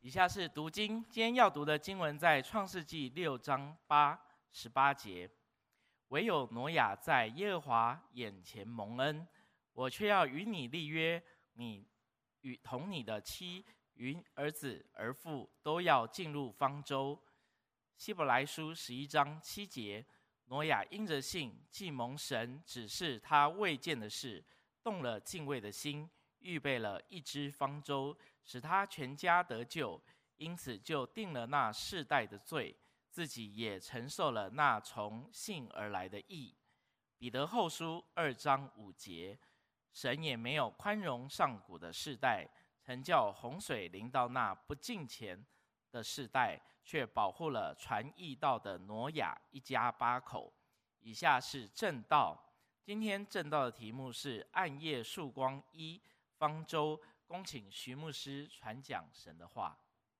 以下是读经，今天要读的经文在创世纪6章18节。唯有挪亚在耶和华眼前蒙恩，我却要与你立约，你与同你的妻与儿子儿妇都要进入方舟。希伯来书11章7节，挪亚因着信，既蒙神指示他未见的事，动了敬畏的心，预备了一只方舟，使他全家得救，因此就定了那世代的罪，自己也承受了那从信而来的义。彼得后书2章5节，神也没有宽容上古的世代，曾叫洪水临到那不敬虔的世代，却保护了传义道的挪亚一家8口。以下是正道，今天正道的题目是暗夜曙光1方舟，恭请徐牧师传讲神的话。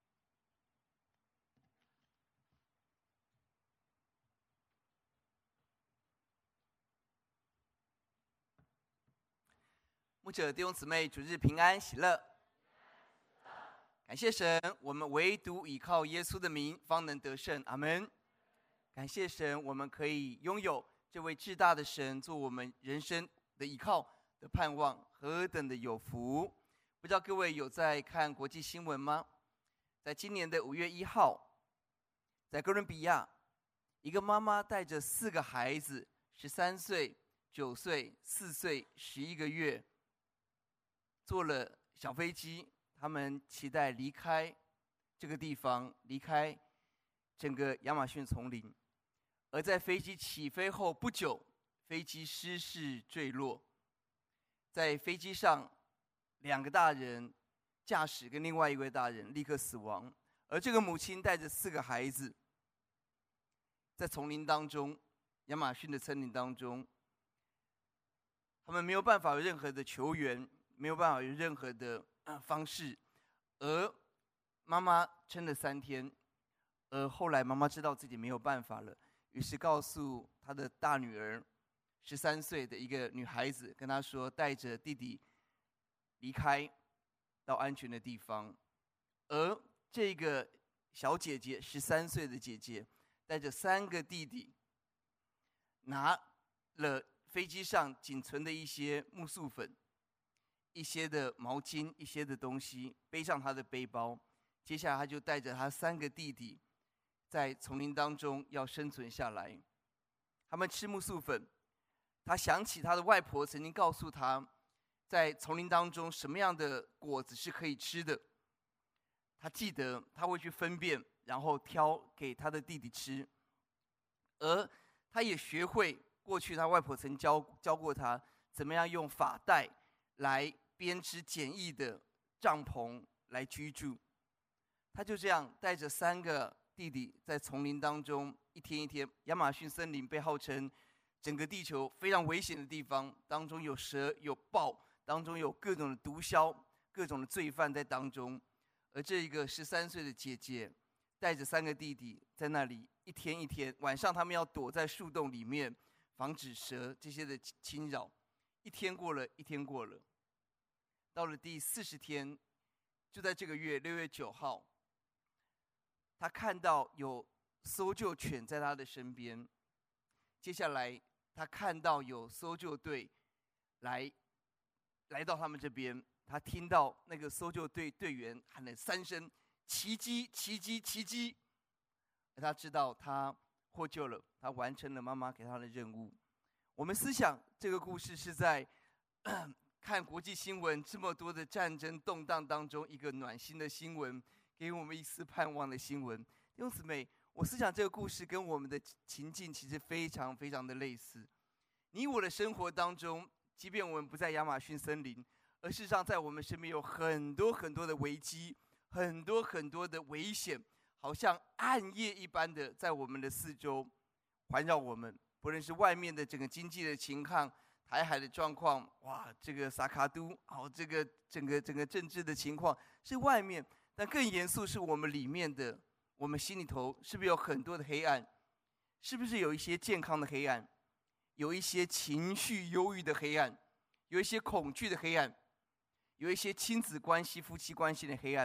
牧者弟兄姊妹，主日平安喜乐。感谢神，我们唯独倚靠耶稣的名，方能得胜。阿们。感谢神，我们可以拥有这位至大的神做我们人生的依靠的盼望，何等的有福！不知道各位有在看国际新闻吗？在今年的5月1号，在哥伦比亚，一个妈妈带着4个孩子，13岁、9岁、4岁、11个月，坐了小飞机，他们期待离开这个地方，离开整个亚马逊丛林。而在飞机起飞后不久，飞机失事坠落。在飞机上，2个大人，驾驶跟另外一位大人立刻死亡。而这个母亲带着4个孩子，在丛林当中，亚马逊的森林当中，他们没有办法有任何的求援，没有办法有任何的方式。而妈妈撑了3天，而后来妈妈知道自己没有办法了，于是告诉她的大女儿，13岁的一个女孩子，跟她说带着弟弟离开到安全的地方。而这个小姐姐，13岁的姐姐，带着3个弟弟，拿了飞机上仅存的一些木素粉，一些的毛巾，一些的东西，背上她的背包。接下来她就带着她3个弟弟，在丛林当中要生存下来。他们吃木素粉，他想起他的外婆曾经告诉他，在丛林当中什么样的果子是可以吃的。他记得他会去分辨，然后挑给他的弟弟吃。而他也学会过去他外婆曾教过他怎么样用发带来编织简易的帐篷来居住。他就这样带着3个弟弟在丛林当中一天一天。亚马逊森林被号称整个地球非常危险的地方，当中有蛇有豹，当中有各种的毒枭，各种的罪犯在当中。而这一个13岁的姐姐带着3个弟弟在那里一天一天，晚上他们要躲在树洞里面，防止蛇这些的侵扰。一天过了，一天过了，到了第40天，就在这个月6月9号，他看到有搜救犬在他的身边。接下来他看到有搜救队来到他们这边，他听到那个搜救队队员喊了3声奇迹奇迹奇迹。而他知道他获救了，他完成了妈妈给他的任务。我们思想这个故事是在看国际新闻这么多的战争动荡当中，一个暖心的新闻，给我们一丝盼望的新闻。弟兄姊妹，我思想这个故事跟我们的情境其实非常非常的类似。你我的生活当中，即便我们不在亚马逊森林，而事实上在我们身边有很多很多的危机，很多很多的危险，好像暗夜一般的在我们的四周环绕我们。不论是外面的整个经济的情况，台海的状况，哇，这个萨卡都，这个整个政治的情况是外面，但更严肃是我们里面的，我们心里头是不是有很多的黑暗？是不是有一些健康的黑暗，有一些情绪忧郁的黑暗，有一些恐惧的黑暗，有一些亲子关系、夫妻关系的黑暗？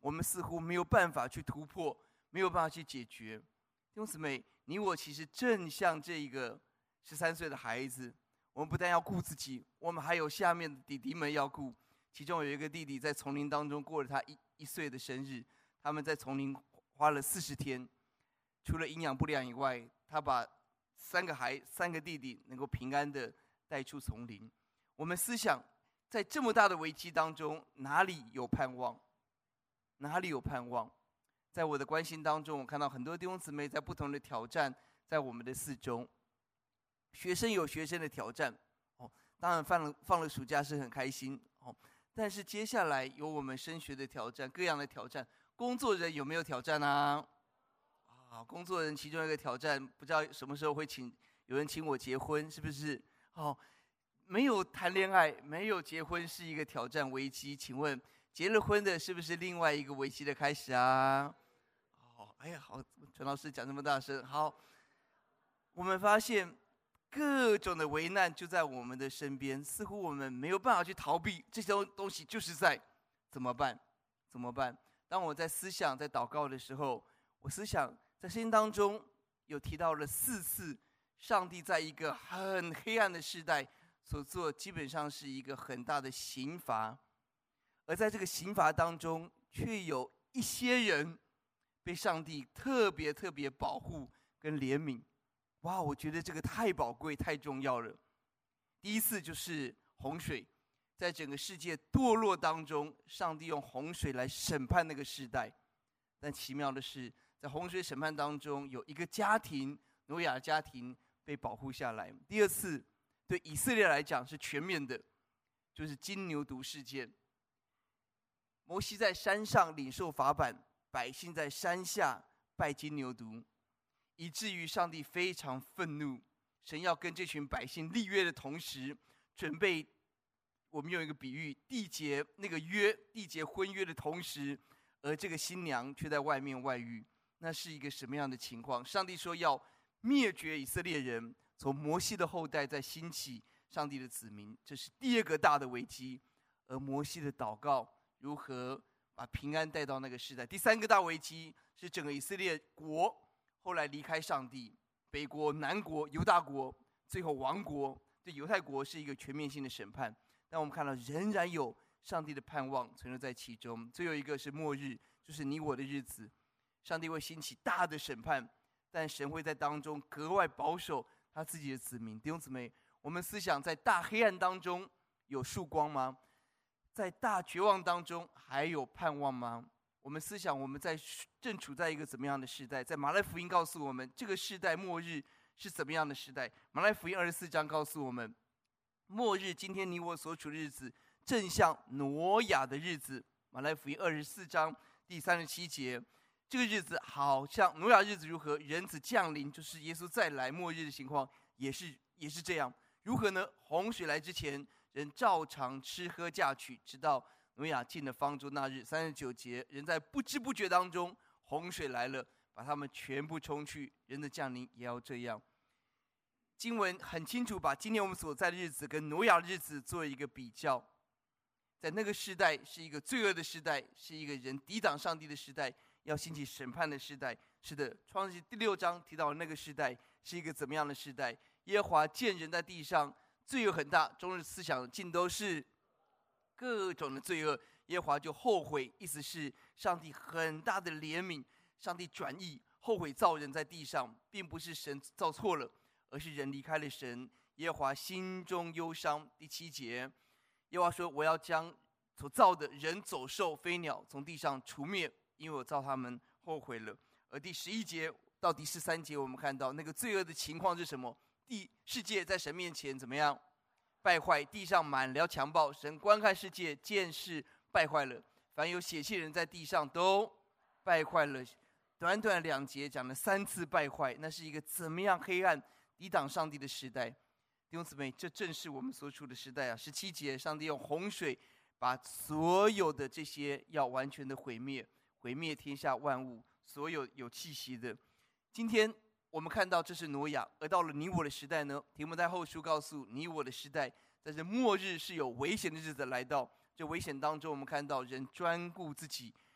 我们似乎没有办法去突破，没有办法去解决。弟兄姊妹，你我其实正像这一个13岁的孩子，我们不但要顾自己，我们还有下面的弟弟们要顾。其中有一个弟弟在丛林当中过了他一岁的生日，他们在丛林花了40天，除了营养不良以外，他把3个弟弟能够平安的带出丛林。我们思想，在这么大的危机当中，哪里有盼望？哪里有盼望？在我的关心当中，我看到很多弟兄姊妹在不同的挑战，在我们的四周。学生有学生的挑战，当然放了暑假是很开心，但是接下来有我们升学的挑战，各样的挑战。工作人有没有挑战啊？工作人其中一个挑战，不知道什么时候会有人请我结婚，是不是？没有谈恋爱，没有结婚是一个挑战危机。请问结了婚的是不是另外一个危机的开始啊？哎呀，好，陈老师讲这么大声。好，我们发现各种的危难就在我们的身边，似乎我们没有办法去逃避这些东西，就是在怎么办？怎么办？当我在思想在祷告的时候，我思想在圣经当中有提到了4次，上帝在一个很黑暗的时代所做，基本上是一个很大的刑罚。而在这个刑罚当中，却有一些人被上帝特别保护跟怜悯。哇，我觉得这个太宝贵太重要了。第一次就是洪水，在整个世界堕落当中，上帝用洪水来审判那个世代。但奇妙的是，在洪水审判当中，有一个家庭，挪亚家庭被保护下来。第二次对以色列来讲是全面的，就是金牛犊事件。摩西在山上领受法版，百姓在山下拜金牛犊，以至于上帝非常愤怒。神要跟这群百姓立约的同时，准备，我们用一个比喻，缔结那个约，缔结婚约的同时，而这个新娘却在外面外遇。那是一个什么样的情况？上帝说要灭绝以色列人，从摩西的后代再兴起上帝的子民，这是第二个大的危机。而摩西的祷告如何把平安带到那个时代？第三个大危机是整个以色列国后来离开上帝，北国、南国、犹大国，最后亡国。对犹太国是一个全面性的审判，但我们看到仍然有上帝的盼望存留在其中。最后一个是末日，就是你我的日子，上帝会兴起大的审判，但神会在当中格外保守他自己的子民。弟兄姊妹，我们思想，在大黑暗当中有曙光吗？在大绝望当中还有盼望吗？我们思想，我们正处在一个怎么样的时代？在马太福音告诉我们，这个时代末日是怎么样的时代？马太福音24章告诉我们，末日今天你我所处的日子，正像挪亚的日子。马太福音24章第37节，这个日子好像挪亚日子如何，人子降临，就是耶稣再来，末日的情况也是这样。如何呢？洪水来之前，人照常吃喝嫁娶，直到挪亚进了方舟那日。39节，人在不知不觉当中，洪水来了，把他们全部冲去。人的降临也要这样。经文很清楚，把今天我们所在的日子跟挪亚的日子做一个比较。在那个时代是一个罪恶的时代，是一个人抵挡上帝的时代，要兴起审判的时代。是的，创世纪第6章提到那个时代是一个怎么样的时代？耶和华见人在地上罪恶很大，终日思想尽都是各种的罪恶，耶和华就后悔。意思是上帝很大的怜悯，上帝转意后悔造人在地上，并不是神造错了，而是人离开了神，耶和华心中忧伤。第7节，耶和华说，我要将所造的人、走兽、飞鸟从地上除灭，因为我造他们后悔了。而第11节到第13节，我们看到那个罪恶的情况是什么？世界在神面前怎么样？败坏，地上满了强暴。神观看世界，见事败坏了，凡有血气人在地上都败坏了。短短2节讲了3次败坏，那是一个怎么样黑暗抵挡上帝的时代？弟兄姊妹，这正是我们所处的时代啊！17节，上帝用洪水把所有的这些要完全的毁灭天下万物，所有有气息的。今天我们看到这是挪亚，而到了你我的时代呢？提摩太后书告诉你我的时代，在这末日是有危险的日子来到。这危险当中，我们看到人专顾自己，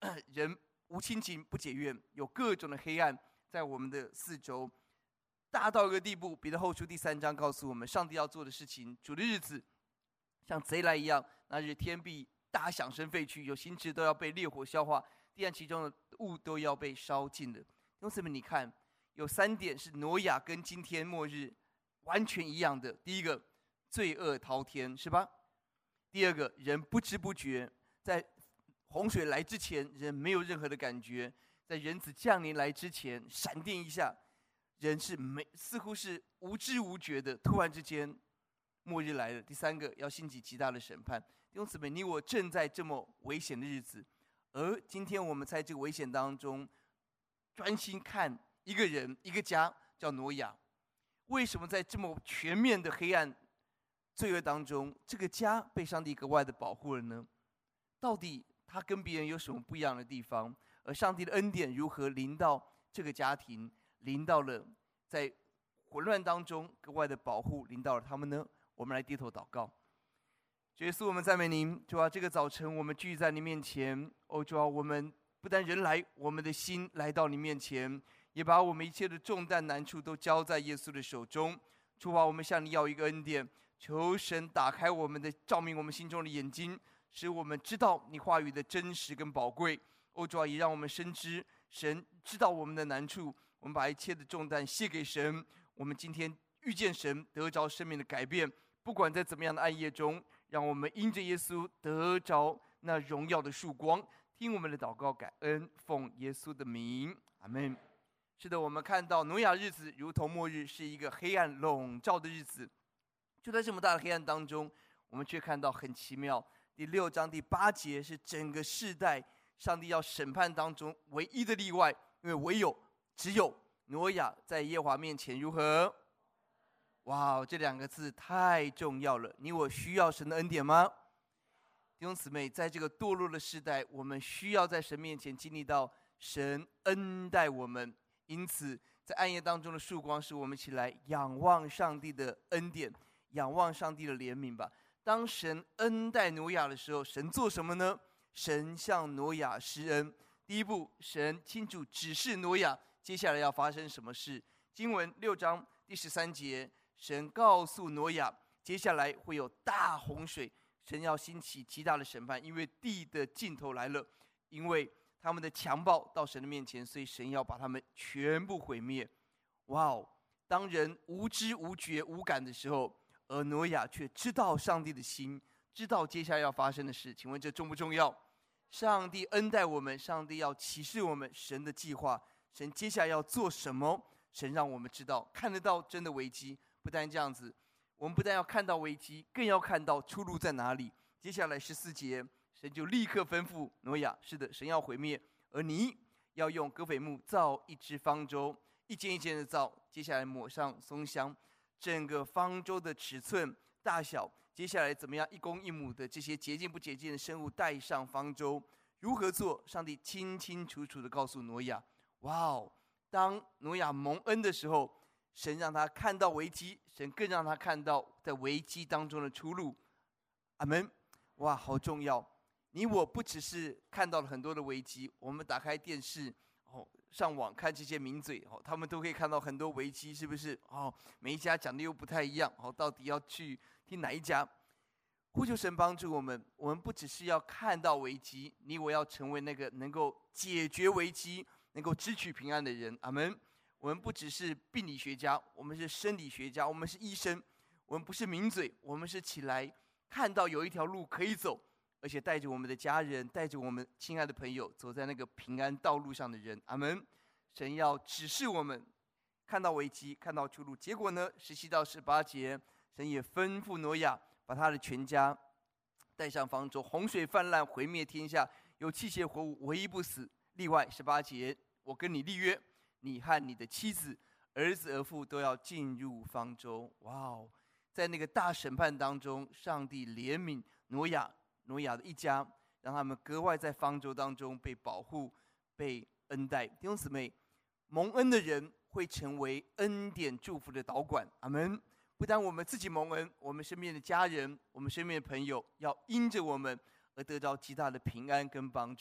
人无亲情不解怨，有各种的黑暗在我们的四周，大到一个地步。彼得后书第3章告诉我们，上帝要做的事情，主的日子像贼来一样，那日天必大响声废去，有形质都要被烈火消化，地岸其中的物都要被烧尽了。弟兄姊妹，你看，有3点是挪亚跟今天末日完全一样的。第一个，罪恶滔天，是吧？第二个，人不知不觉，在洪水来之前，人没有任何的感觉；在人子降临来之前，闪电一下，人是似乎是无知无觉的。突然之间，末日来了。第三个，要兴起极大的审判。弟兄姊妹，你我正在这么危险的日子，而今天我们在这个危险当中，专心看一个人、一个家，叫挪亚。为什么在这么全面的黑暗、罪恶当中，这个家被上帝格外的保护了呢？到底他跟别人有什么不一样的地方？而上帝的恩典如何临到这个家庭，临到了在混乱当中格外的保护，临到了他们呢？我们来低头祷告。主耶稣，我们赞美您。主啊，这个早晨我们聚在你面前，主啊，我们不但人来，我们的心来到你面前，也把我们一切的重担难处都交在耶稣的手中。主啊，我们向你要一个恩典，求神打开我们的，照明我们心中的眼睛，使我们知道你话语的真实跟宝贵。主啊，也让我们深知神知道我们的难处，我们把一切的重担卸给神。我们今天遇见神，得着生命的改变。不管在怎么样的暗夜中，让我们因着耶稣得着那荣耀的曙光。听我们的祷告，感恩，奉耶稣的名，阿们。是的，我们看到挪亚日子如同末日，是一个黑暗笼罩的日子。就在这么大的黑暗当中，我们却看到很奇妙。第6章第8节是整个世代上帝要审判当中唯一的例外，因为只有挪亚在耶和华面前如何？哇，这2个字太重要了。你我需要神的恩典吗？弟兄姊妹，在这个堕落的时代，我们需要在神面前经历到神恩待我们。因此在暗夜当中的曙光，使我们起来仰望上帝的恩典，仰望上帝的怜悯吧。当神恩待挪亚的时候，神做什么呢？神向挪亚施恩。第一步，神清楚指示挪亚接下来要发生什么事。经文6章第13节，神告诉挪亚，接下来会有大洪水，神要兴起极大的审判，因为地的尽头来了，因为他们的强暴到神的面前，所以神要把他们全部毁灭。哇哦！当人无知无觉无感的时候，而挪亚却知道上帝的心，知道接下来要发生的事。请问这重不重要？上帝恩待我们，上帝要启示我们神的计划，神接下来要做什么？神让我们知道，看得到真的危机。不但这样子，我们不但要看到危机，更要看到出路在哪里。接下来14节，神就立刻吩咐挪亚：是的，神要毁灭，而你要用戈斐木造一只方舟，一间一间的造，接下来抹上松香，整个方舟的尺寸大小，接下来怎么样一公一母的这些洁净不洁净的生物带上方舟，如何做？上帝清清楚楚的告诉挪亚。哇哦！当挪亚蒙恩的时候，神让他看到危机，神更让他看到在危机当中的出路。阿们！哇，好重要！你我不只是看到了很多的危机，我们打开电视上网看这些名嘴他们都可以看到很多危机，是不是？每一家讲的又不太一样到底要去听哪一家？呼求神帮助我们，我们不只是要看到危机，你我要成为那个能够解决危机、能够支取平安的人。阿们！我们不只是病理学家，我们是生理学家，我们是医生，我们不是名嘴，我们是起来看到有一条路可以走，而且带着我们的家人，带着我们亲爱的朋友，走在那个平安道路上的人。阿们！神要指示我们看到危机，看到出路。结果呢，17到18节，神也吩咐挪亚把他的全家带上方舟，洪水泛滥，毁灭天下，有气血活物唯一不死。例外18节，我跟你立约，你和你的妻子、儿子、儿妇都要进入方舟。哇哦！在那个大审判当中，上帝怜悯挪亚的一家，让他们格外在方舟当中被保护、被恩待。弟兄姊妹，蒙恩的人会成为恩典祝福的导管。阿们！不但我们自己蒙恩，我们身边的家人、我们身边的朋友，要因着我们而得到极大的平安跟帮助。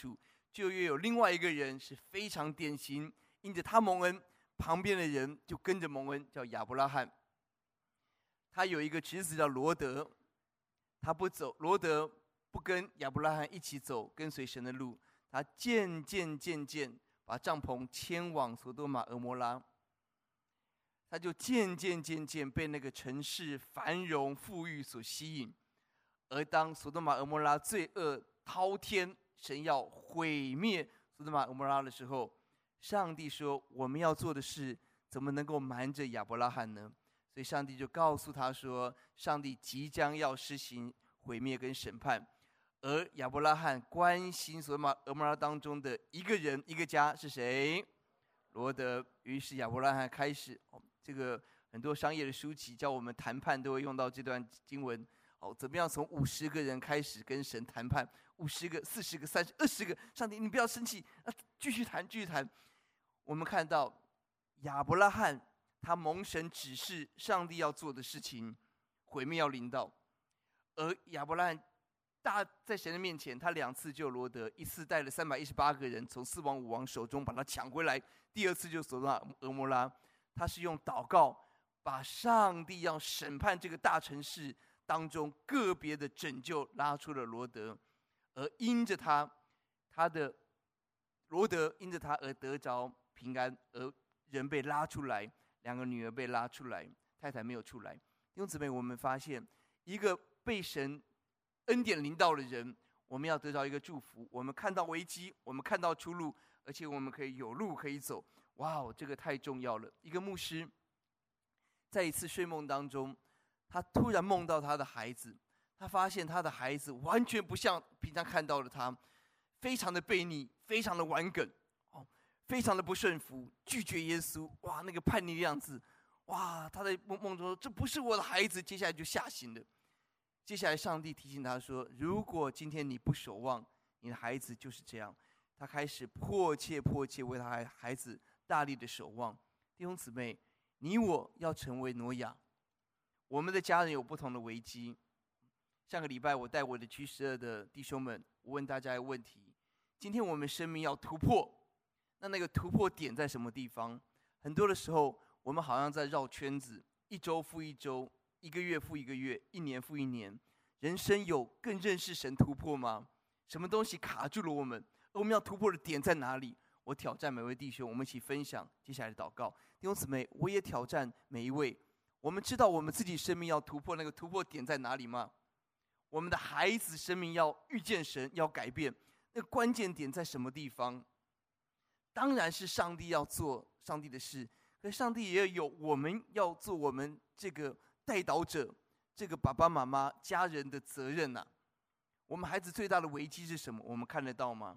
就又有另外一个人是非常典型，因着他蒙恩，旁边的人就跟着蒙恩，叫亚伯拉罕。他有一个侄子叫罗德，他不走，罗德不跟亚伯拉罕一起走，跟随神的路，他渐渐把帐篷迁往索多玛、俄摩拉，他就渐渐被那个城市繁荣富裕所吸引。而当索多玛、俄摩拉罪恶滔天，神要毁灭索多玛、俄摩拉的时候，上帝说：“我们要做的事，怎么能够瞒着亚伯拉罕呢？”所以上帝就告诉他说：“上帝即将要施行毁灭跟审判。”而亚伯拉罕关心索多玛、俄摩拉当中的一个人、一个家是谁？罗德。于是亚伯拉罕开始，这个很多商业的书籍教我们谈判都会用到这段经文。怎么样从50个人开始跟神谈判？50个、40个、30、20个，上帝你不要生气，继续谈，继续谈。我们看到亚伯拉罕他蒙神指示，上帝要做的事情，毁灭要临到。而亚伯拉罕在神的面前，他2次救罗德，一次带了318个人从4王5王手中把他抢回来，第2次就索多玛、俄摩拉，他是用祷告把上帝要审判这个大城市当中个别的拯救拉出了罗德，而因着他的罗德因着他而得着平安，而人被拉出来，2个女儿被拉出来，太太没有出来。弟兄姊妹，我们发现一个被神恩典临到的人，我们要得着一个祝福。我们看到危机，我们看到出路，而且我们可以有路可以走。哇，这个太重要了。一个牧师在一次睡梦当中，他突然梦到他的孩子，他发现他的孩子完全不像平常看到的他，非常的悖逆，非常的顽梗，非常的不顺服，拒绝耶稣。哇，那个叛逆的样子，哇，他在梦中说：“这不是我的孩子。”接下来就吓醒了。接下来上帝提醒他说：“如果今天你不守望，你的孩子就是这样。”他开始迫切为他孩子大力的守望。弟兄姊妹，你我要成为挪亚。我们的家人有不同的危机。上个礼拜我带我的G12的弟兄们，我问大家一个问题：今天我们生命要突破，那个突破点在什么地方？很多的时候，我们好像在绕圈子，一周复一周，一个月复一个月，一年复一年。人生有更认识神突破吗？什么东西卡住了我们？而我们要突破的点在哪里？我挑战每位弟兄，我们一起分享接下来的祷告。弟兄姊妹，我也挑战每一位。我们知道我们自己生命要突破，那个突破点在哪里吗？我们的孩子生命要遇见神，要改变，那个关键点在什么地方？当然是上帝要做上帝的事，可是上帝也有我们要做我们这个带导者，这个爸爸妈妈家人的责任啊。我们孩子最大的危机是什么？我们看得到吗？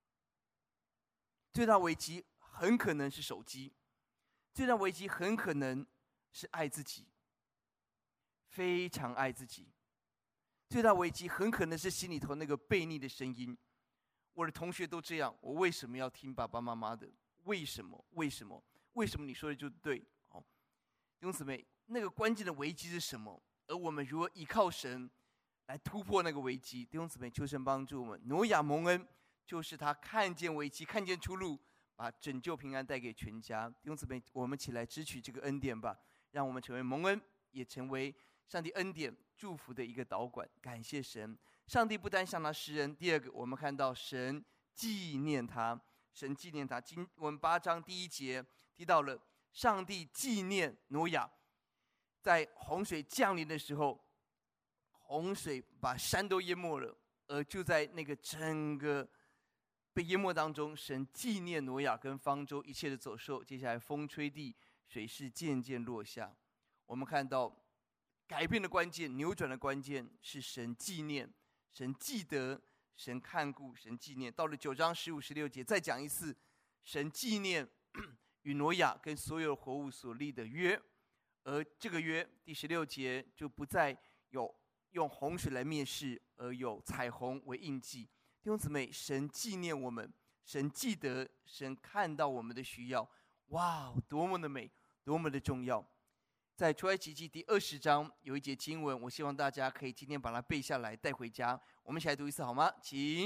最大危机很可能是手机，最大危机很可能是爱自己，非常爱自己。最大危机很可能是心里头那个悖逆的声音。我的同学都这样，我为什么要听爸爸妈妈的？为什么你说的就对？弟兄姊妹，那个关键的危机是什么？而我们如何依靠神来突破那个危机？弟兄姊妹，求神帮助我们。挪亚蒙恩，就是他看见危机，看见出路，把拯救平安带给全家。弟兄姊妹，我们起来支取这个恩典吧，让我们成为蒙恩，也成为上帝恩典祝福的一个导管。感谢神，上帝不单向他施恩，第二个，我们看到神纪念他，神纪念他。经文8章第1节提到了上帝纪念挪亚，在洪水降临的时候，洪水把山都淹没了，而就在那个整个被淹没当中，神纪念挪亚跟方舟一切的走兽。接下来风吹地，水势渐渐落下。我们看到改变的关键，扭转的关键是神纪念，神记得，神看顾，神纪念。到了9章15、16节，再讲一次，神纪念与挪亚跟所有活物所立的约。而这个约第16节就不再有用洪水来灭世，而有彩虹为印记。弟兄姊妹，神纪念我们，神记得，神看到我们的需要。哇，多么的美，多么的重要。在出埃及记第20章有一节经文，我希望大家可以今天把它背下来带回家。我们一起来读一次好吗？请。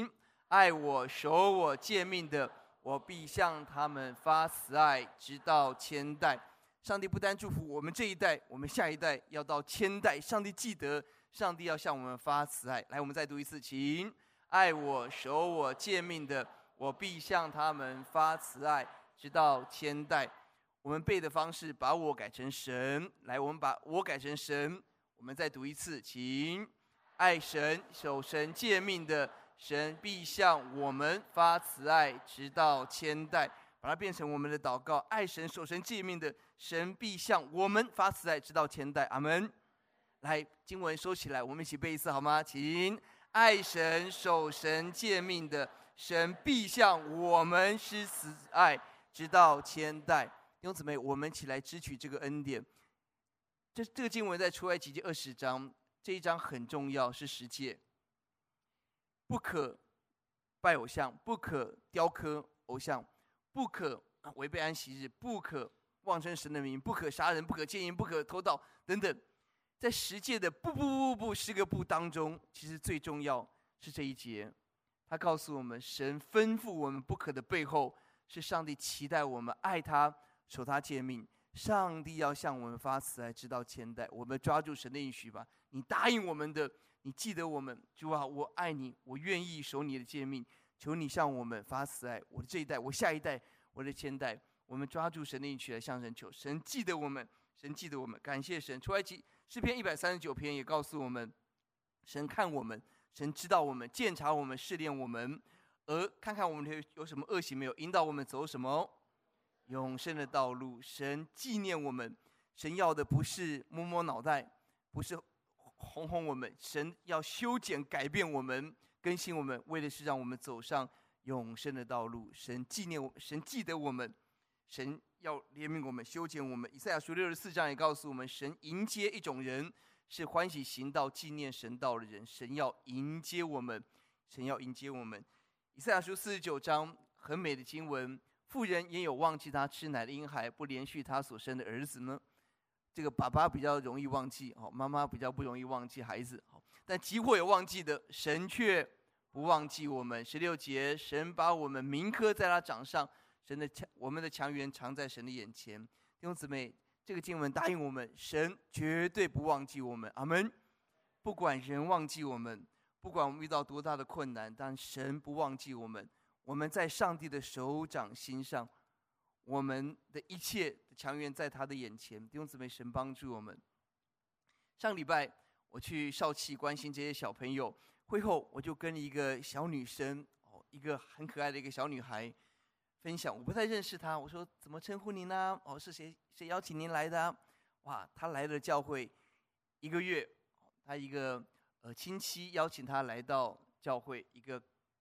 爱我、守我诫命的，我必向他们发慈爱，直到千代。上帝不单祝福我们这一代，我们下一代要到千代。上帝记得，上帝要向我们发慈爱。来，我们再读一次，请。爱我、守我诫命的，我必向他们发慈爱，直到千代。我们背的方式，把我改成神。来，我们把我改成神。我们再读一次，请。爱神、守神诫命的，神必向我们发慈爱，直到千代。把它变成我们的祷告。爱神、守神诫命的，神必向我们发慈爱，直到千代。阿们。来，经文收起来，我们一起背一次好吗？请。爱神、守神诫命的，神必向我们施慈爱，直到千代。弟兄姊妹，我们一起来支取这个恩典。这个经文在出埃及记20章，这一章很重要，是十诫。不可拜偶像，不可雕刻偶像，不可违背安息日，不可妄称神的名，不可杀人，不可奸淫，不可偷盗等等。在十诫的不10个不当中，其实最重要是这一节。他告诉我们，神吩咐我们不可的背后，是上帝期待我们爱他，守他诫命。上帝要向我们发慈爱，直到千代。我们抓住神的应许吧。你答应我们的，你记得我们。主啊，我爱你，我愿意守你的诫命。求你向我们发慈爱，我的这一代，我下一代，我的千代。我们抓住神的应许来向神求，神记得我们，神记得我们。感谢神。出埃及诗篇139篇也告诉我们，神看我们，神知道我们，鉴察我们，试炼我们，而看看我们有什么恶行没有，引导我们走什么永生的道路。神纪念我们，神要的不是摸摸脑袋，不是哄我们，神要修剪改变我们，更新我们，为的是让我们走上永生的道路。神纪念我们，神记得我们，神要怜悯我们，修剪我们。以赛亚书64章也告诉我们，神迎接一种人，是欢喜行道、纪念神道的人。神要迎接我们，神要迎接我们。以赛亚书49章很美的经文，妇人也有忘记他吃奶的婴孩，不连续他所生的儿子呢？这个爸爸比较容易忘记，妈妈比较不容易忘记孩子，但极或有忘记的，神却不忘记我们。16节，神把我们铭刻在他掌上，我们的强援常在神的眼前。弟兄姊妹，这个经文答应我们，神绝对不忘记我们。阿们。不管人忘记我们，不管我们遇到多大的困难，但神不忘记我们。我们在上帝的手掌心上，我们的一切的强援在他的眼前。弟兄姊妹，神帮助我们。上礼拜我去少期关心这些小朋友，会后我就跟一个小女生，一个很可爱的一个小女孩分享。我不太认识她，我说怎么称呼您呢？是谁邀请您来的啊？哇，她来了教会1个月，她一个亲戚邀请她来到教会，一个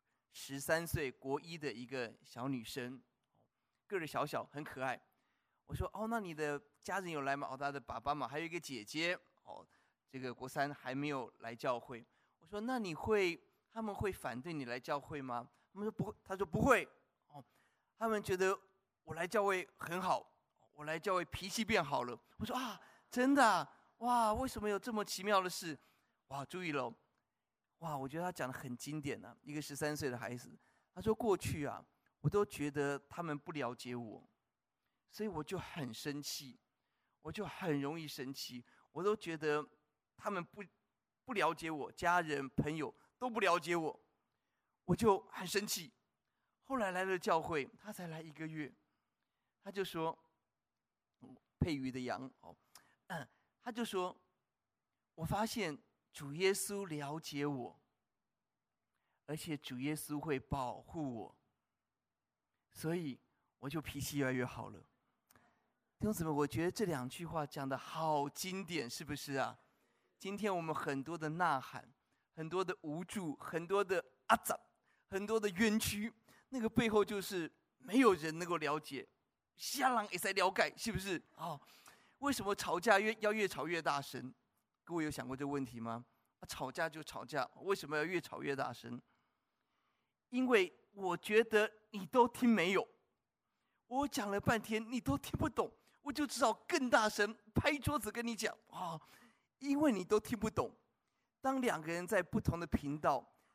13岁国1的一个小女生，个儿小小，很可爱。我说那你的家人有来吗？她的爸爸嘛，还有一个姐姐，这个国3还没有来教会。我说那他们会反对你来教会吗？他们说不会。他说不会。他们觉得我来教会很好，我来教会脾气变好了。我说真的啊？哇，为什么有这么奇妙的事？哇，注意了，哇，我觉得他讲的很经典啊。一个13岁的孩子，他说过去啊，我都觉得他们不了解我，所以我就很生气，我就很容易生气，我都觉得他们不了解我，家人朋友都不了解我，我就很生气。后来来了教会，他才来1个月，他就说配鱼的羊他就说，我发现主耶稣了解我，而且主耶稣会保护我，所以我就脾气越来越好了。弟兄姊妹，我觉得这2句话讲得好经典，是不是啊？今天我们很多的呐喊，很多的无助，很多的很多的冤屈，那个背后就是没有人能够了解，瞎人也在了解，是不是？为什么吵架要越吵越大声？各位有想过这个问题吗？吵架就吵架，为什么要越吵越大声？因为我觉得你都听没有，我讲了半天你都听不懂，我就只好更大声拍桌子跟你讲因为你都听不懂。当2个人在不同的频道，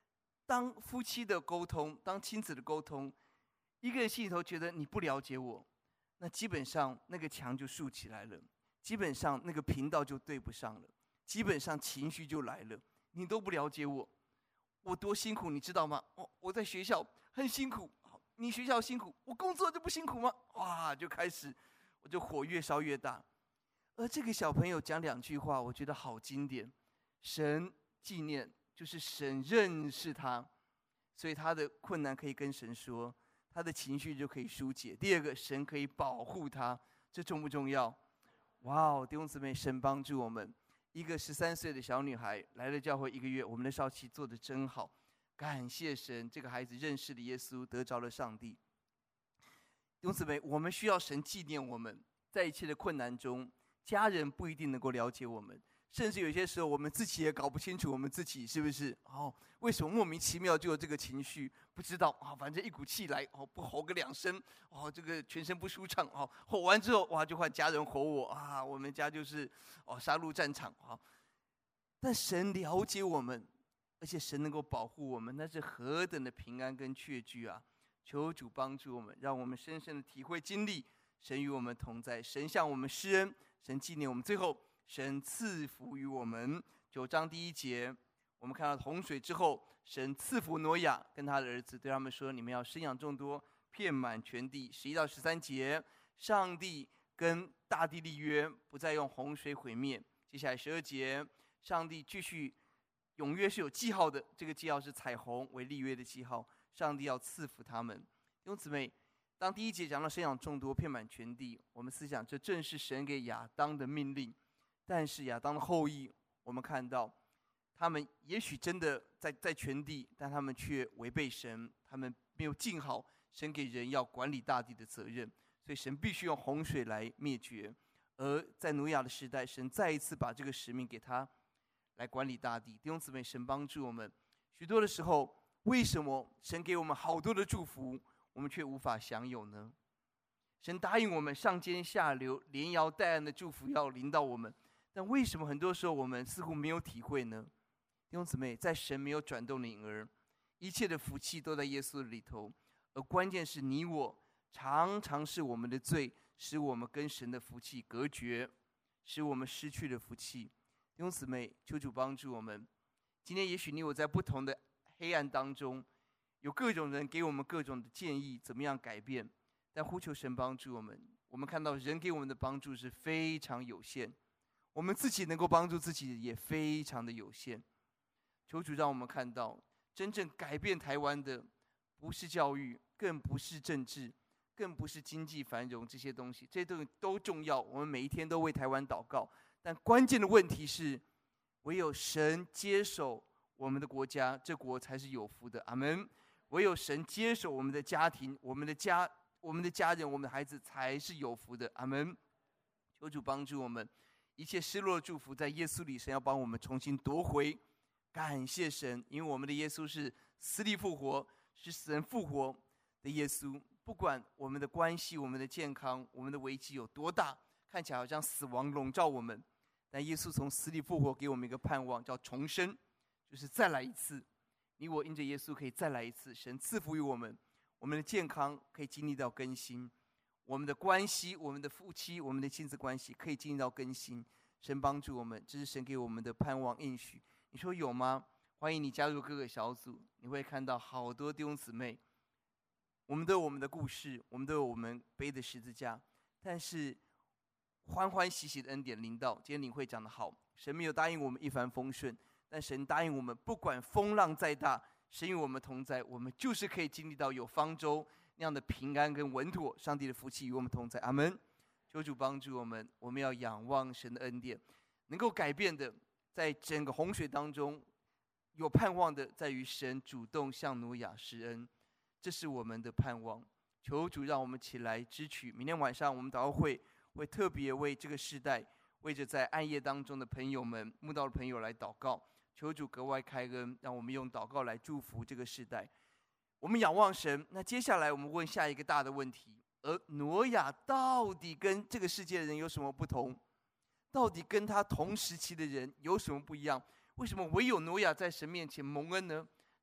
当夫妻的沟通，当亲子的沟通，一个人心里头觉得你不了解我，那基本上那个墙就竖起来了，基本上那个频道就对不上了，基本上情绪就来了。你都不了解我，我多辛苦，你知道吗？我在学校很辛苦，你学校辛苦，我工作就不辛苦吗？哇，就开始，我就火越烧越大。而这个小朋友讲2句话，我觉得好经典。神纪念，就是神认识他，所以他的困难可以跟神说，他的情绪就可以疏解。第二个，神可以保护他，这重不重要？哇哦，弟兄姊妹，神帮助我们。一个13岁的小女孩来了教会1个月，我们的少期做得真好，感谢神，这个孩子认识了耶稣，得着了上帝。弟兄姊妹，我们需要神纪念我们，在一切的困难中，家人不一定能够了解我们，甚至有些时候我们自己也搞不清楚我们自己是不是为什么莫名其妙就有这个情绪，不知道反正一股气来不吼个2声这个全身不舒畅吼完之后就换家人吼我我们家就是杀戮战场但神了解我们，而且神能够保护我们，那是何等的平安跟确据啊！求主帮助我们，让我们深深的体会经历神与我们同在，神向我们施恩，神纪念我们，最后神赐福于我们。9章第1节，我们看到洪水之后，神赐福挪亚跟他的儿子，对他们说：你们要生养众多，遍满全地。11到13节，上帝跟大地立约，不再用洪水毁灭。接下来12节，上帝继续永约是有记号的，这个记号是彩虹为立约的记号，上帝要赐福他们。弟兄姊妹，当第1节讲到生养众多，遍满全地，我们思想这正是神给亚当的命令。但是亚当的后裔，我们看到他们也许真的在全地，但他们却违背神，他们没有尽好神给人要管理大地的责任，所以神必须用洪水来灭绝。而在挪亚的时代，神再一次把这个使命给他来管理大地。弟兄姊妹，神帮助我们。许多的时候，为什么神给我们好多的祝福，我们却无法享有呢？神答应我们上尖下流、连摇带按的祝福要临到我们，但为什么很多时候我们似乎没有体会呢？弟兄姊妹，在神没有转动的影儿，一切的福气都在耶稣里头，而关键是你我常常是我们的罪，使我们跟神的福气隔绝，使我们失去了福气。弟兄姊妹，求主帮助我们。今天也许你我在不同的黑暗当中，有各种人给我们各种的建议，怎么样改变，但呼求神帮助我们。我们看到人给我们的帮助是非常有限，我们自己能够帮助自己也非常的有限。求主让我们看到，真正改变台湾的不是教育，更不是政治，更不是经济繁荣，这些东西，这些东西都重要，我们每一天都为台湾祷告。但关键的问题是，唯有神接手我们的国家，这国才是有福的。阿们。唯有神接手我们的家庭，我们的家人，我们的孩子才是有福的。阿们。求主帮助我们，一切失落的祝福在耶稣里，神要帮我们重新夺回。感谢神，因为我们的耶稣是死里复活，是死人复活的耶稣。不管我们的关系、我们的健康、我们的危机有多大，看起来好像死亡笼罩我们，但耶稣从死里复活，给我们一个盼望，叫重生，就是再来一次。你我因着耶稣可以再来一次，神赐福于我们，我们的健康可以经历到更新，我们的关系、我们的夫妻、我们的亲子关系可以经历到更新。神帮助我们，这是神给我们的盼望应许。你说有吗？欢迎你加入各个小组，你会看到好多弟兄姊妹，我们都有我们的故事，我们都有我们背的十字架，但是欢欢喜喜的恩典临到。今天领会讲得好，神没有答应我们一帆风顺，但神答应我们，不管风浪再大，神与我们同在，我们就是可以经历到有方舟那样的平安跟稳妥。上帝的福气与我们同在。阿们。求主帮助我们，我们要仰望神的恩典，能够改变的，在整个洪水当中有盼望的，在于神主动向挪亚施恩，这是我们的盼望。求主让我们起来支取。明天晚上我们祷告会特别为这个世代，为着在暗夜当中的朋友们、慕道的朋友来祷告，求主格外开恩，让我们用祷告来祝福这个世代。我们仰望神。那接下来我们问下一个大的问题，而挪亚到底跟这个世界的人有什么不同？到底跟他同时期的人有什么不一样？为什么唯有挪亚在神面前蒙恩呢？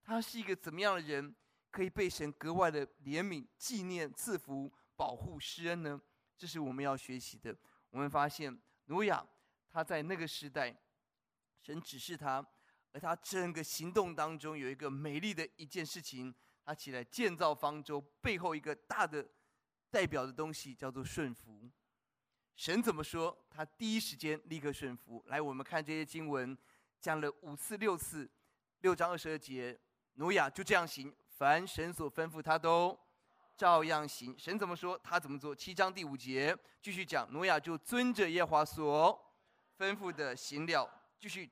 他是一个怎么样的人，可以被神格外的怜悯、纪念、赐福、保护、施恩呢？这是我们要学习的。我们发现挪亚他在那个时代，神指示他，而他整个行动当中有一个美丽的一件事情，他起来建造方舟，背后一个大的代表的东西叫做顺服。神怎么说，他第一时间立刻顺服。来，我们看这些经文，讲了5次6次，6章22节，挪亚就这样行，凡神所吩咐他都照样行。神怎么说，他怎么做。7章第5节继续讲，挪亚就遵着耶和华所吩咐的行了。继续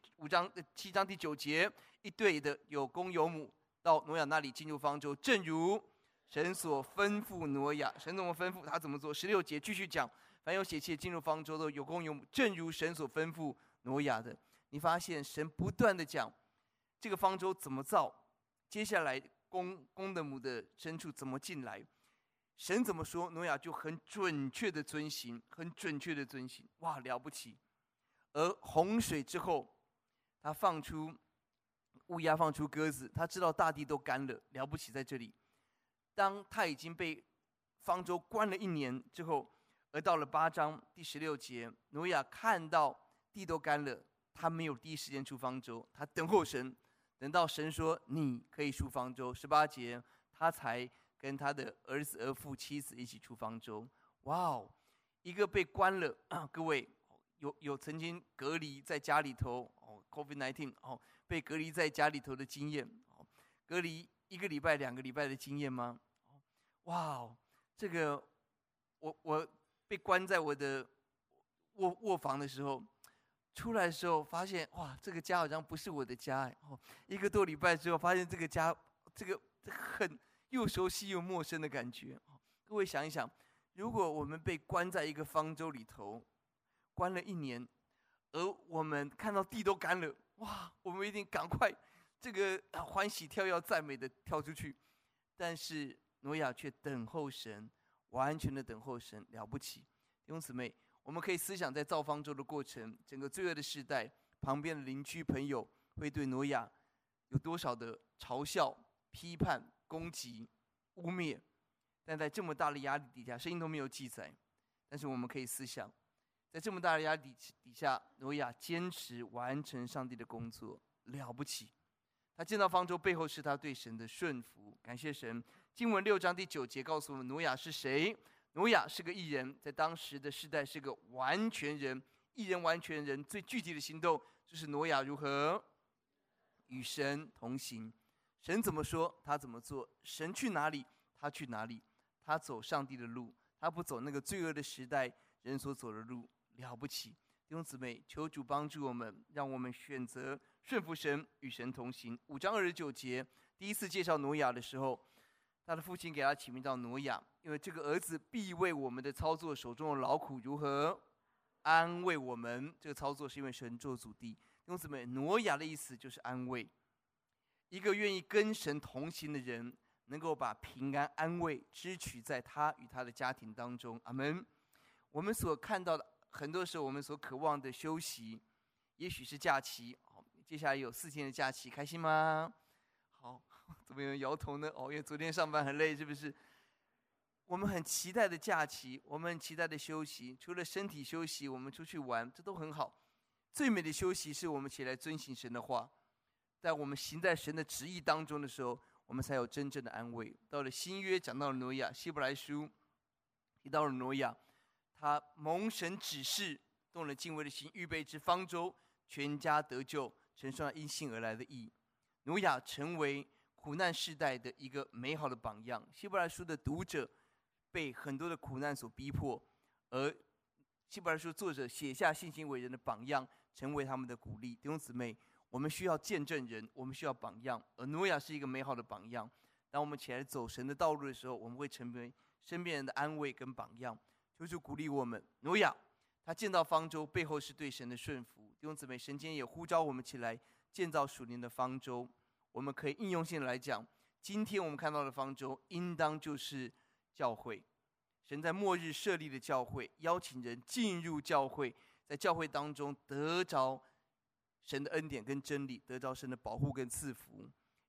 7章第9节，一对的有公有母到挪亚那里进入方舟，正如神所吩咐挪亚。神怎么吩咐，他怎么做。16节继续讲，凡有血气进入方舟的有公有母，正如神所吩咐挪亚的。你发现神不断的讲这个方舟怎么造，接下来公的母的牲畜怎么进来，神怎么说，挪亚就很准确的遵行，很准确的遵行。哇，了不起！而洪水之后，他放出乌鸦，放出鸽子，他知道大地都干了，了不起在这里。当他已经被方舟关了1年之后，而到了8章第16节，挪亚看到地都干了，他没有第一时间出方舟，他等候神，等到神说你可以出方舟。18节，他才跟他的儿子、儿妇、妻子一起出方舟。哇哦，一个被关了，各位有曾经隔离在家里头，COVID-19 被隔离在家里头的经验，隔离1个礼拜、2个礼拜的经验吗？哇哦，这个我被关在我的卧房的时候，出来的时候发现，哇，这个家好像不是我的家。1个多礼拜之后，发现这个家，这个很又熟悉又陌生的感觉。各位想一想，如果我们被关在一个方舟里头，关了1年，而我们看到地都干了，哇，我们一定赶快这个欢喜跳跃赞美的跳出去。但是挪亚却等候神，完全的等候神，了不起。弟兄姊妹，我们可以思想在造方舟的过程，整个罪恶的时代，旁边的邻居朋友会对挪亚有多少的嘲笑、批判、攻击、污蔑。但在这么大的压力底下，圣经都没有记载，但是我们可以思想，在这么大的压力底下，挪亚坚持完成上帝的工作，了不起。他建造方舟背后是他对神的顺服，感谢神。经文6章第9节告诉我们，挪亚是谁？挪亚是个义人，在当时的世代是个完全人。义人完全人最具体的行动就是挪亚如何与神同行。神怎么说，他怎么做；神去哪里，他去哪里。他走上帝的路，他不走那个罪恶的时代人所走的路，了不起。弟兄姊妹，求主帮助我们，让我们选择顺服神，与神同行。5章29节，第一次介绍挪亚的时候，他的父亲给他起名叫挪亚，因为这个儿子必为我们的操作手中的劳苦如何安慰我们。这个操作是因为神做主地。弟兄姊妹，挪亚的意思就是安慰，一个愿意跟神同行的人，能够把平安安慰支取在他与他的家庭当中。阿们。我们所看到的，很多时候我们所渴望的休息，也许是假期。接下来有4天的假期，开心吗？好，怎么有人摇头呢？因为昨天上班很累，是不是？我们很期待的假期，我们很期待的休息，除了身体休息，我们出去玩，这都很好。最美的休息是我们起来遵行神的话，在我们行在神的旨意当中的时候，我们才有真正的安慰。到了新约，讲到了挪亚，希伯来书提到了挪亚，他蒙神指示，动了敬畏的心，预备之方舟，全家得救，承受了因信而来的义。挪亚成为苦难世代的一个美好的榜样。希伯来书的读者被很多的苦难所逼迫，而希伯来书作者写下信心伟人的榜样，成为他们的鼓励。弟兄姊妹，我们需要见证人，我们需要榜样，而挪亚是一个美好的榜样。当我们起来走神的道路的时候，我们会成为身边人的安慰跟榜样。求主鼓励我们。挪亚他建造方舟，背后是对神的顺服。弟兄姊妹，神今天也呼召我们起来建造属灵的方舟。我们可以应用性的来讲，今天我们看到的方舟，应当就是教会。神在末日设立的教会，邀请人进入教会，在教会当中得着神的恩典跟真理，得着神的保护跟赐福。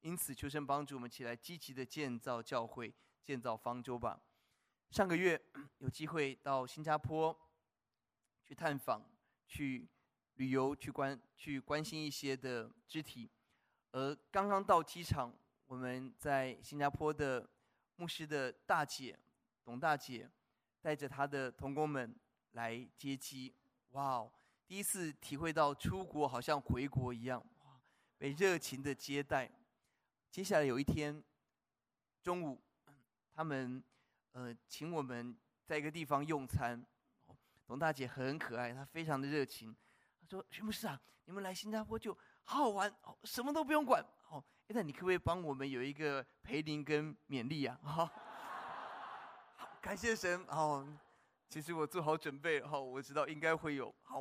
因此，求神帮助我们起来积极的建造教会，建造方舟吧。上个月有机会到新加坡去探访、去旅游、去关心一些的肢体，而刚刚到机场，我们在新加坡的牧师的大姐董大姐带着她的同工们来接机，哇哦！第一次体会到出国好像回国一样，被热情的接待。接下来有一天中午，他们请我们在一个地方用餐。董大姐很可爱，她非常的热情。她说：“徐牧师啊，你们来新加坡就好好玩，什么都不用管。那你可不可以帮我们有一个培灵跟勉励啊？”好，感谢神。其实我做好准备，我知道应该会有。好，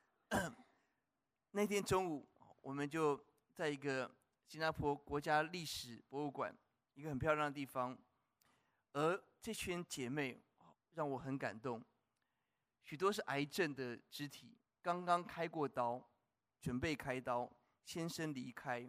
那天中午我们就在一个新加坡国家历史博物馆，一个很漂亮的地方，而这群姐妹让我很感动。许多是癌症的肢体，刚刚开过刀，准备开刀，先生离开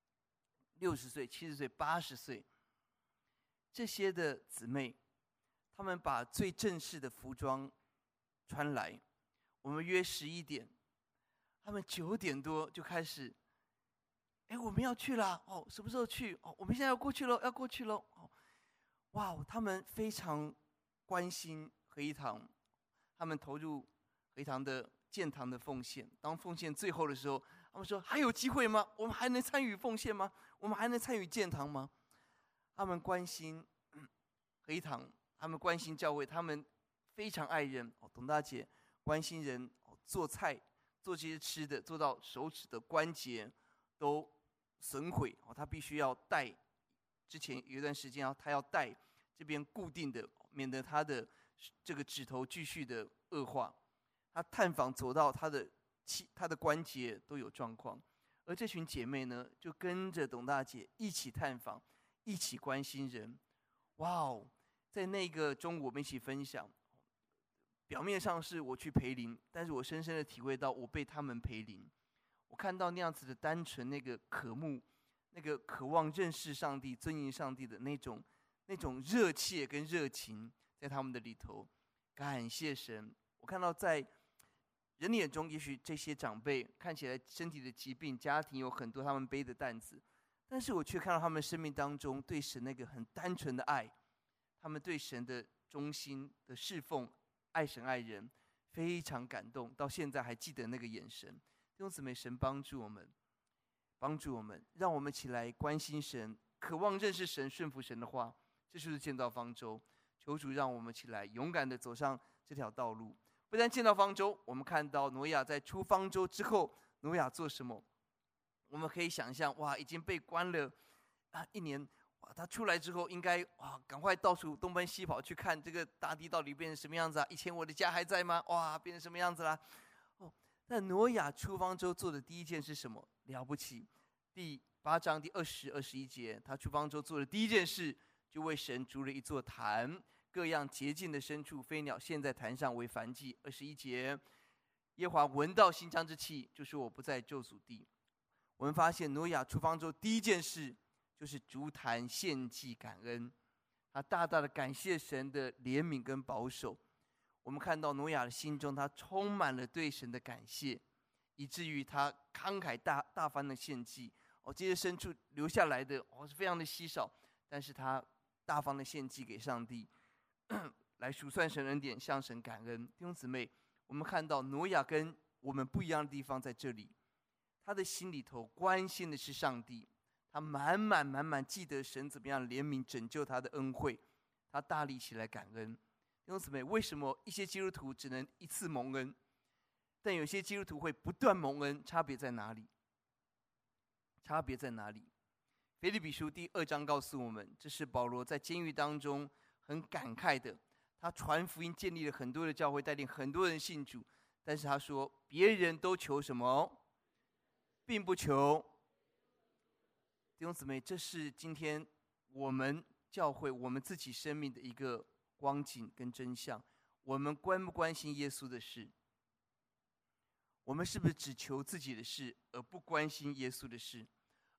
，60岁、70岁、80岁，这些的姊妹，她们把最正式的服装穿来，我们约11点，他们9点多就开始，我们要去了，什么时候去？我们现在要过去了，要过去了。哇，他们非常关心合一堂，他们投入合一堂的建堂的奉献。当奉献最后的时候，他们说：“还有机会吗？我们还能参与奉献吗？我们还能参与建堂吗？”他们关心合一堂，他们关心教会，他们非常爱人。董大姐关心人，做菜，做这些吃的，做到手指的关节都损毁，他必须要带。之前有一段时间，他要带这边固定的，免得他的这个指头继续的恶化。他探访走到他的关节都有状况，而这群姐妹呢，就跟着董大姐一起探访，一起关心人。哇哦！在那个中午，我们一起分享。表面上是我去培灵，但是我深深的体会到我被他们培灵。我看到那样子的单纯，那个渴慕，那个渴望认识上帝、尊敬上帝的那种热切跟热情，在他们的里头。感谢神！我看到在人的眼中，也许这些长辈看起来身体的疾病、家庭有很多他们背的担子，但是我却看到他们生命当中对神那个很单纯的爱，他们对神的忠心的侍奉，爱神爱人，非常感动。到现在还记得那个眼神。弟兄姊妹，神帮助我们，让我们起来关心神，渴望认识神，顺服神的话。这就是建造方舟。求主让我们起来勇敢的走上这条道路。不但建造方舟，我们看到挪亚在出方舟之后，挪亚做什么？我们可以想象，哇，已经被关了1年，哇，他出来之后应该赶快到处东奔西跑去看这个大地到底变成什么样子啊？以前我的家还在吗？哇，变成什么样子啦？但挪亚出方舟做的第一件是什么？了不起！第8章第20、21节，他出方舟做的第一件事，就为神筑了一座坛，各样洁净的牲畜、飞鸟献在坛上为燔祭。21节，耶和华闻到馨香之气，就说：“我不再咒诅地。”我们发现挪亚出方舟第一件事就是筑坛献祭感恩，他大大的感谢神的怜悯跟保守。我们看到挪亚的心中，他充满了对神的感谢，以至于他慷慨大方的献祭。这些牲畜留下来的是非常的稀少，但是他大方的献祭给上帝，来数算神恩典，向神感恩。弟兄姊妹，我们看到挪亚跟我们不一样的地方在这里，他的心里头关心的是上帝，他满满记得神怎么样怜悯拯救他的恩惠，他大力起来感恩。弟兄姊妹，为什么一些基督徒只能一次蒙恩，但有些基督徒会不断蒙恩？差别在哪里？腓立比书第2章告诉我们，这是保罗在监狱当中很感慨的。他传福音，建立了很多的教会，带领很多人信主。但是他说，别人都求什么，并不求。弟兄姊妹，这是今天我们教会、我们自己生命的一个光景跟真相。我们关不关心耶稣的事？我们是不是只求自己的事，而不关心耶稣的事？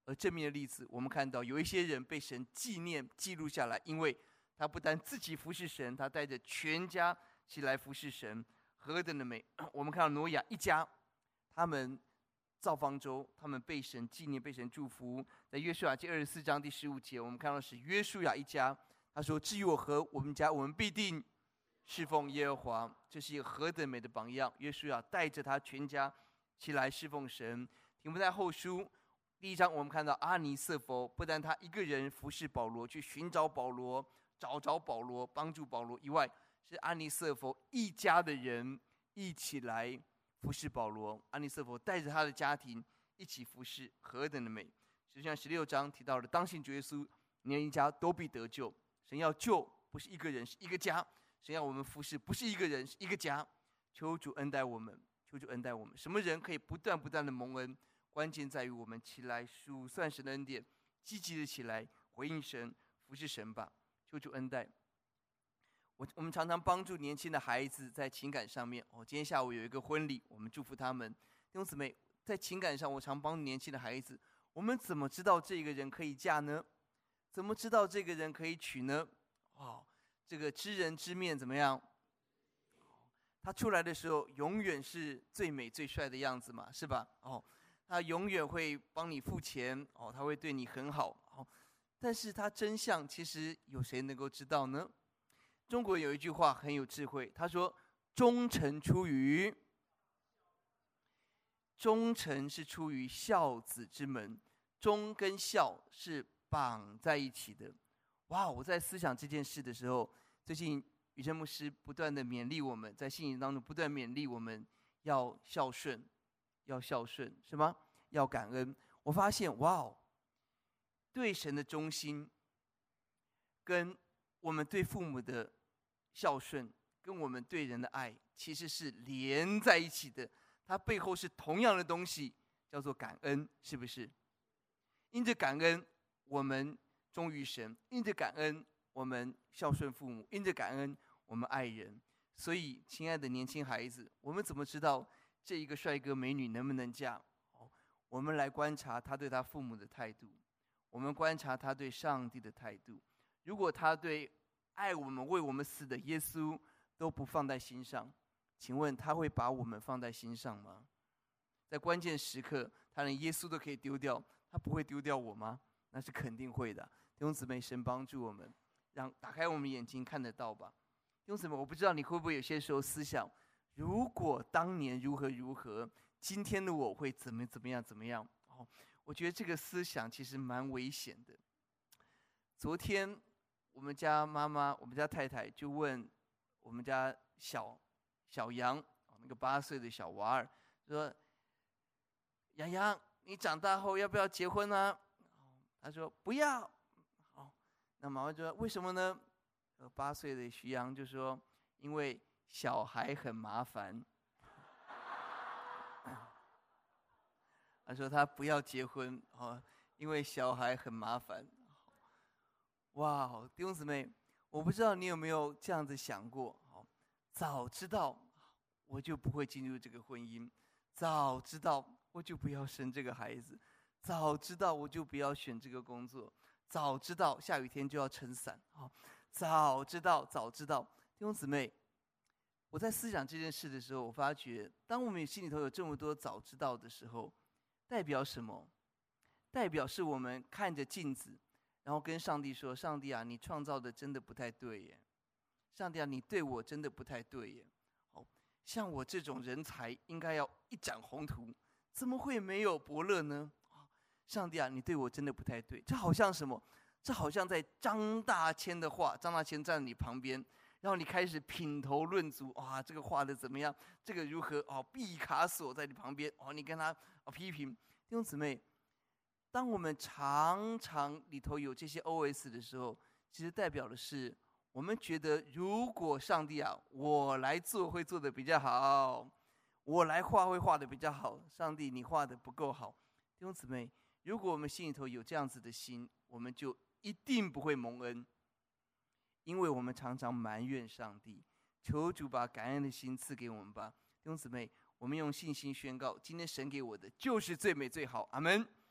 而正面的例子，我们看到有一些人被神纪念记录下来，因为他不但自己服侍神，他带着全家起来服侍神，何等的美！我们看到挪亚一家，他们造方舟，他们被神纪念，被神祝福。在约书亚记24章第15节，我们看到是约书亚一家，他说：“至于我和我们家，我们必定侍奉耶和华。”这是一个何等美的榜样！约书亚带着他全家起来侍奉神。提摩太后书第1章，我们看到阿尼色弗，不但他一个人服侍保罗，去寻找保罗，找着保罗，帮助保罗以外，是阿尼色弗一家的人一起来服侍保罗。阿尼色弗带着他的家庭一起服侍，何等的美！就像16章提到的，当信主耶稣，你的一家都必得救。神要救，不是一个人，是一个家。神要我们服侍，不是一个人，是一个家。求主恩待我们，求主恩待我们。什么人可以不断的蒙恩？关键在于我们起来数算神的恩典，积极的起来回应神，服侍神吧。求主恩待。我们常常帮助年轻的孩子在情感上面。今天下午有一个婚礼，我们祝福他们。弟兄姊妹，在情感上，我常帮助年轻的孩子。我们怎么知道这个人可以嫁呢？怎么知道这个人可以娶呢？这个知人知面怎么样？他出来的时候永远是最美最帅的样子嘛，是吧？他永远会帮你付钱，他会对你很好，但是他真相其实有谁能够知道呢？中国有一句话很有智慧，他说：“忠诚是出于孝子之门。”忠跟孝是绑在一起的。我在思想这件事的时候，最近宇珍牧师不断的勉励我们，在信仰当中不断勉励我们要孝顺，是吗？要感恩。我发现对神的忠心，跟我们对父母的孝顺，跟我们对人的爱，其实是连在一起的。它背后是同样的东西，叫做感恩，是不是？因着感恩，我们忠于神；因着感恩，我们孝顺父母；因着感恩，我们爱人。所以，亲爱的年轻孩子，我们怎么知道这一个帅哥美女能不能嫁？我们来观察他对他父母的态度，我们观察他对上帝的态度。如果他对爱我们、为我们死的耶稣都不放在心上，请问他会把我们放在心上吗？在关键时刻，他连耶稣都可以丢掉，他不会丢掉我吗？那是肯定会的。弟兄姊妹，神帮助我们，打开我们眼睛看得到吧。弟兄姊妹，我不知道你会不会有些时候思想，如果当年如何，今天的我会怎么样？我觉得这个思想其实蛮危险的。昨天我们家妈妈，我们家太太就问我们家小杨，那个8岁的小娃儿说：“洋洋，你长大后要不要结婚啊？”他说：“不要。”那妈妈就说：“为什么呢？”8岁的徐阳就说：“因为小孩很麻烦。”他说他不要结婚，因为小孩很麻烦。弟兄姊妹，我不知道你有没有这样子想过，早知道我就不会进入这个婚姻，早知道我就不要生这个孩子，早知道我就不要选这个工作，早知道下雨天就要撑伞，早知道。弟兄姊妹，我在思想这件事的时候，我发觉，当我们心里头有这么多早知道的时候，代表什么？代表是我们看着镜子，然后跟上帝说：“上帝啊，你创造的真的不太对耶！上帝啊，你对我真的不太对耶！像我这种人才应该要一展宏图，怎么会没有伯乐呢？上帝啊，你对我真的不太对。”这好像什么？这好像在张大千的画，张大千站在你旁边，然后你开始品头论足，这个画的怎么样？这个如何？毕卡索在你旁边，你跟他批评。弟兄姊妹，当我们常常里头有这些 OS 的时候，其实代表的是我们觉得，如果上帝啊，我来做会做的比较好，我来画会画的比较好，上帝你画的不够好。弟兄姊妹，如果我们心里头有这样子的心，我们就一定不会蒙恩，因为我们常常埋怨上帝。求主把感恩的心赐给我们吧。弟兄姊妹，我们用信心宣告，今天神给我的就是最美最好。阿们。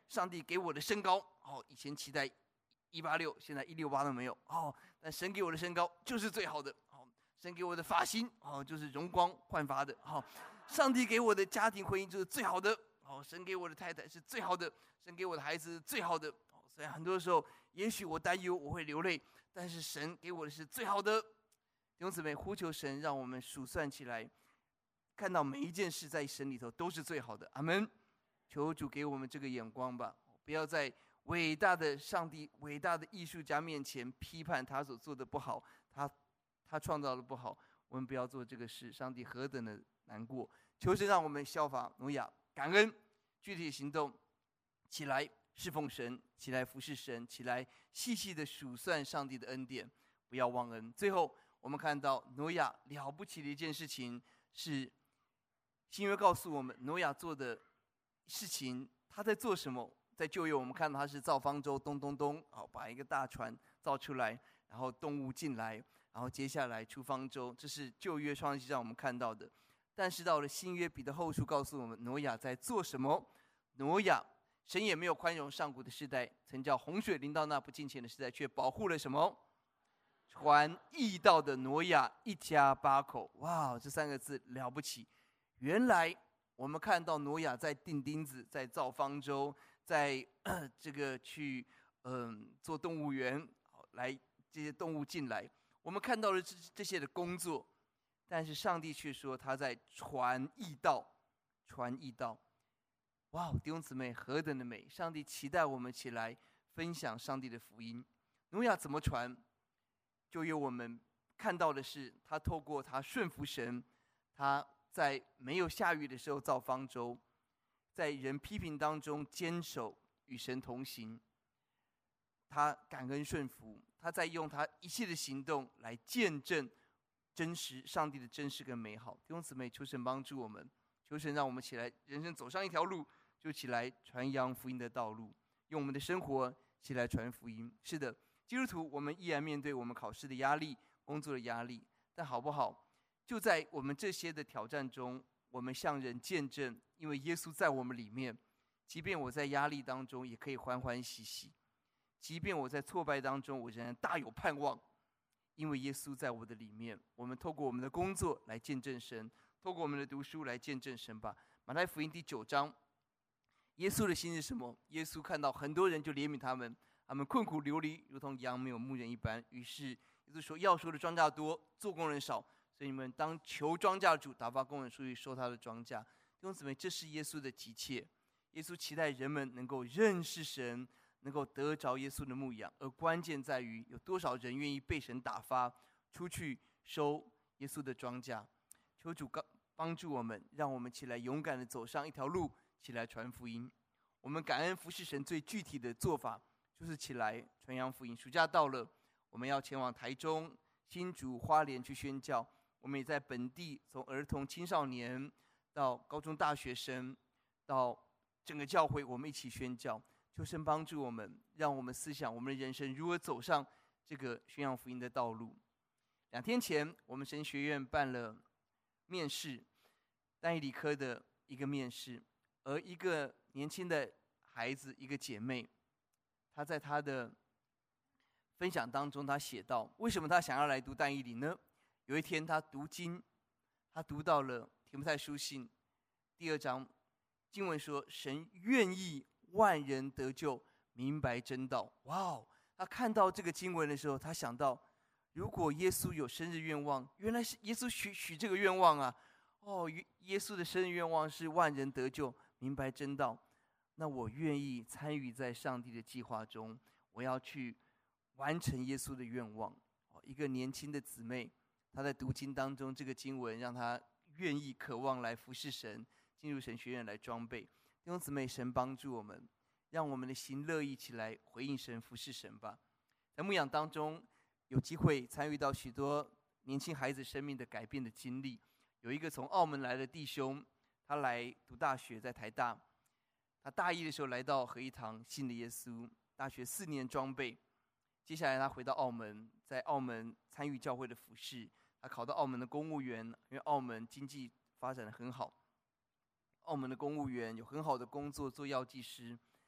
上帝给我的身高，以前期待186，现在168都没有，但神给我的身高就是最好的，神给我的发型，就是容光焕发的，上帝给我的家庭婚姻就是最好的，神给我的太太是最好的，神给我的孩子是最好的。所以很多时候，也许我担忧，我会流泪，但是神给我的是最好的。弟兄姊妹，呼求神，让我们数算起来，看到每一件事在神里头都是最好的。阿们。求主给我们这个眼光吧，不要在伟大的上帝、伟大的艺术家面前批判他所做的不好，他创造的不好，我们不要做这个事。上帝何等的难过！求神让我们效法挪亚，感恩，具体行动，起来侍奉神，起来服侍神，起来细细的数算上帝的恩典，不要忘恩。最后，我们看到挪亚了不起的一件事情是，新约告诉我们挪亚做的事情，他在做什么？在旧约我们看到他是造方舟，咚咚咚，把一个大船造出来，然后动物进来，然后接下来出方舟，这是旧约创世纪让我们看到的。但是到了新约，彼得后书告诉我们，挪亚在做什么？挪亚，神也没有宽容上古的时代，曾叫洪水临到那不敬虔的时代，却保护了什么？传义道的挪亚一家8口。哇，这3个字了不起！原来我们看到挪亚在钉钉子，在造方舟，在这个去做动物园，来这些动物进来，我们看到了这些的工作，但是上帝却说他在传义道，传义道。哇，弟兄姊妹，何等的美！上帝期待我们起来分享上帝的福音。挪亚怎么传？就有我们看到的是，他透过他顺服神，他在没有下雨的时候造方舟，在人批评当中坚守与神同行，他感恩顺服，他在用他一切的行动来见证真实上帝的真实跟美好。弟兄姊妹，求神帮助我们，求神让我们起来，人生走上一条路，就起来传扬福音的道路，用我们的生活起来传福音。是的，基督徒我们依然面对我们考试的压力、工作的压力，但好不好？就在我们这些的挑战中，我们向人见证，因为耶稣在我们里面，即便我在压力当中，也可以欢欢喜喜；即便我在挫败当中，我仍然大有盼望，因为耶稣在我的里面。我们透过我们的工作来见证神，透过我们的读书来见证神吧。马太福音第9章，耶稣的心是什么？耶稣看到很多人就怜悯他们，他们困苦流离，如同羊没有牧人一般。于是耶稣说：“要收的庄稼多，做工人少。”所以你们当求庄稼主打发工人出去收他的庄稼。弟兄姊妹，这是耶稣的急切。耶稣期待人们能够认识神，能够得着耶稣的牧养，而关键在于有多少人愿意被神打发出去收耶稣的庄稼。求主帮助我们，让我们起来勇敢地走上一条路，起来传福音。我们感恩服侍神最具体的做法，就是起来传扬福音。暑假到了，我们要前往台中、新竹、花莲去宣教。我们也在本地，从儿童、青少年到高中、大学生，到整个教会，我们一起宣教。求神帮助我们，让我们思想我们的人生如何走上这个宣扬福音的道路。2天前，我们神学院办了面试，单一理科的一个面试，而一个年轻的孩子，一个姐妹，她在她的分享当中，她写道：为什么她想要来读单一理呢？有一天，他读经，他读到了提摩太书信第2章，经文说：“神愿意万人得救，明白真道。”哇哦！他看到这个经文的时候，他想到，如果耶稣有生日愿望，原来是耶稣许这个愿望啊！哦，耶稣的生日愿望是万人得救，明白真道。那我愿意参与在上帝的计划中，我要去完成耶稣的愿望。一个年轻的姊妹。他在读经当中，这个经文让他愿意、渴望来服侍神，进入神学院来装备。弟兄姊妹，神帮助我们，让我们的心乐意起来回应神、服侍神吧。在牧养当中，有机会参与到许多年轻孩子生命的改变的经历。有一个从澳门来的弟兄，他来读大学，在台大。他大一的时候来到合一堂，信了耶稣。大学4年装备，接下来他回到澳门，在澳门参与教会的服侍。他考到澳门的公务员，因为澳门经济发展得很好，澳门的公务员有很好的工作，做药剂师。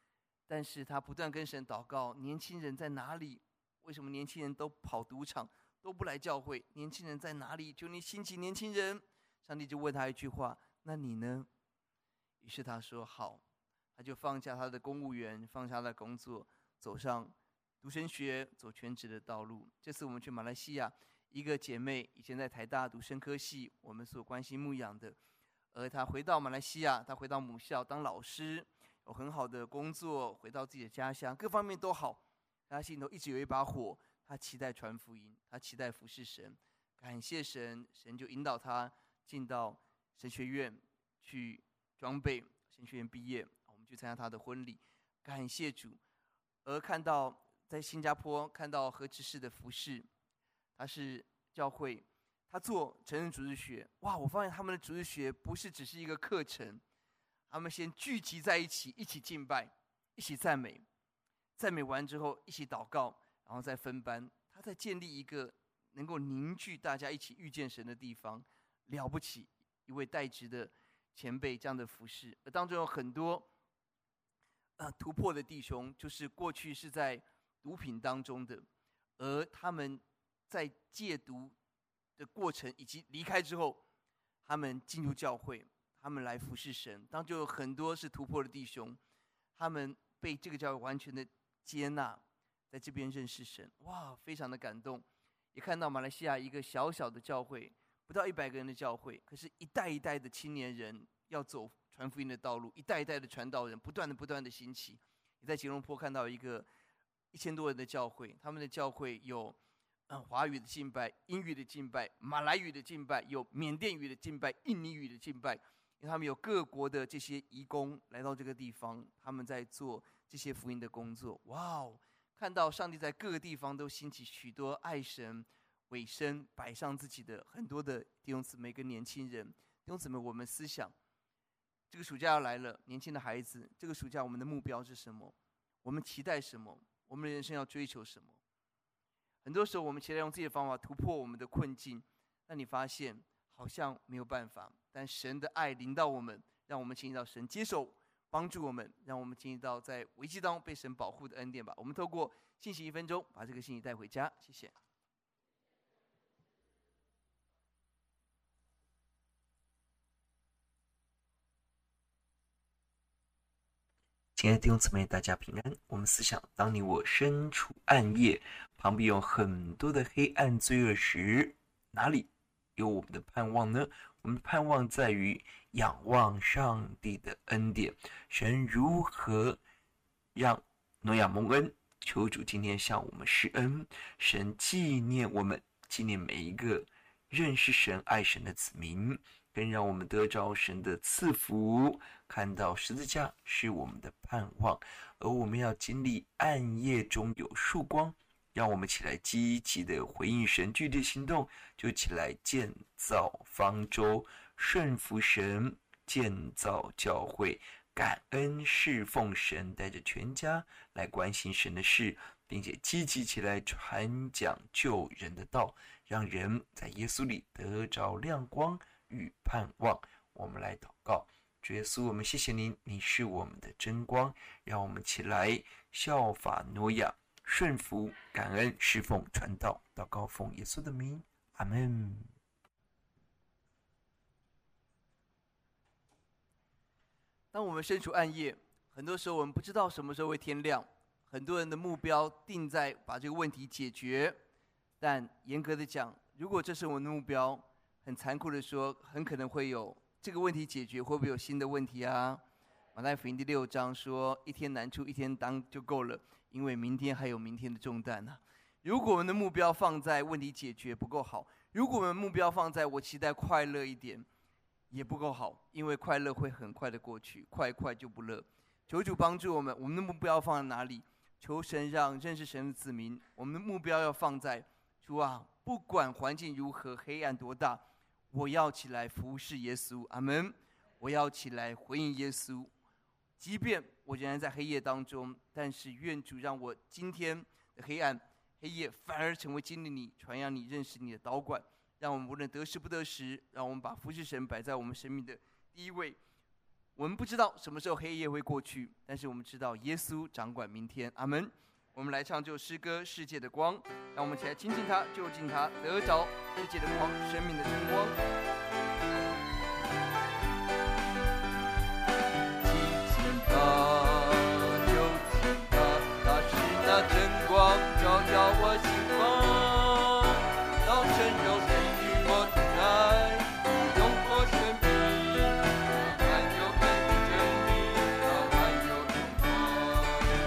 但是他不断跟神祷告，年轻人在哪里？为什么年轻人都跑赌场，都不来教会？年轻人在哪里？求你兴起年轻人。上帝就问他一句话：那你呢？于是他说好，他就放下他的公务员，放下他的工作，走上读神学，走全职的道路。这次我们去马来西亚，一个姐妹以前在台大读生科系，我们所关心牧养的，而她回到马来西亚，她回到母校当老师，有很好的工作，回到自己的家乡，各方面都好。她心里头一直有一把火，她期待传福音，她期待服侍神。感谢神，神就引导她进到神学院去装备，神学院毕业，我们去参加她的婚礼。感谢主。而看到在新加坡看到何执事的服侍，他是教会，他做成人主日学，哇！我发现他们的主日学不是只是一个课程，他们先聚集在一起，一起敬拜，一起赞美，赞美完之后一起祷告，然后再分班。他在建立一个能够凝聚大家一起遇见神的地方，了不起！一位代职的前辈这样的服侍，而当中有很多突破的弟兄，就是过去是在毒品当中的，而他们在戒毒的过程以及离开之后，他们进入教会，他们来服侍神。当中有很多是突破的弟兄，他们被这个教会完全的接纳，在这边认识神，哇，非常的感动。也看到马来西亚一个小小的教会，不到100个人的教会，可是一代一代的青年人要走传福音的道路，一代一代的传道人不断的兴起。也在吉隆坡看到一个1000多人的教会，他们的教会有华语的敬拜、英语的敬拜、马来语的敬拜，有缅甸语的敬拜、印尼语的敬拜，因为他们有各国的这些移工来到这个地方，他们在做这些福音的工作。哇哦！看到上帝在各个地方都兴起许多爱神、委身、摆上自己的很多的弟兄姊妹跟年轻人。弟兄姊妹，我们思想，这个暑假要来了，年轻的孩子，这个暑假我们的目标是什么？我们期待什么？我们的人生要追求什么？很多时候我们期待用自己的方法突破我们的困境，但你发现好像没有办法。但神的爱临到我们，让我们经历到神接受帮助我们，让我们经历到在危机当中被神保护的恩典吧。我们透过信息1分钟，把这个信息带回家。谢谢。亲爱的弟兄姊妹，大家平安。我们思想，当你我身处暗夜，旁边有很多的黑暗罪恶时，哪里有我们的盼望呢？我们的盼望在于仰望上帝的恩典。神如何让挪亚蒙恩？求主今天向我们施恩。神纪念我们，纪念每一个认识神、爱神的子民，更让我们得着神的赐福。看到十字架是我们的盼望，而我们要经历暗夜中有曙光，让我们起来积极的回应神，具体行动就起来建造方舟，顺服神，建造教会，感恩侍奉神，带着全家来关心神的事，并且积极起来传讲救人的道，让人在耶稣里得着亮光与盼望。我们来祷告。主耶稣，我们谢谢您，你是我们的真光，让我们起来效法挪亚，顺服、感恩、侍奉、传道。祷告奉耶稣的名，阿们。当我们身处暗夜，很多时候我们不知道什么时候会天亮，很多人的目标定在把这个问题解决，但严格的讲，如果这是我们的目标，很残酷的说，很可能会有这个问题解决，会不会有新的问题啊？马太福音第6章说，一天难处一天当就够了，因为明天还有明天的重担啊。如果我们的目标放在问题解决不够好，如果我们目标放在我期待快乐一点，也不够好，因为快乐会很快的过去，快就不乐。求主帮助我们，我们的目标放在哪里？求神让认识神的子民，我们的目标要放在主啊，不管环境如何，黑暗多大，我要起来服侍耶稣，阿们。我要起来回应耶稣，即便我仍然在黑夜当中，但是愿主让我今天的黑夜反而成为经历你、传扬你、认识你的导管，让我们无论得时不得时，让我们把服侍神摆在我们生命的第一位， 我们不知道什么时候黑夜会过去，但是我们知道耶稣掌管明天。阿们。我们来唱这首诗歌《世界的光》，让我们一起来亲近他，就近他，得着世界的光，生命的晨光。亲近他，就近他，他是那真光，照耀我心房，早晨有神与我同在，永活生命，满有恩的真理，满有荣光。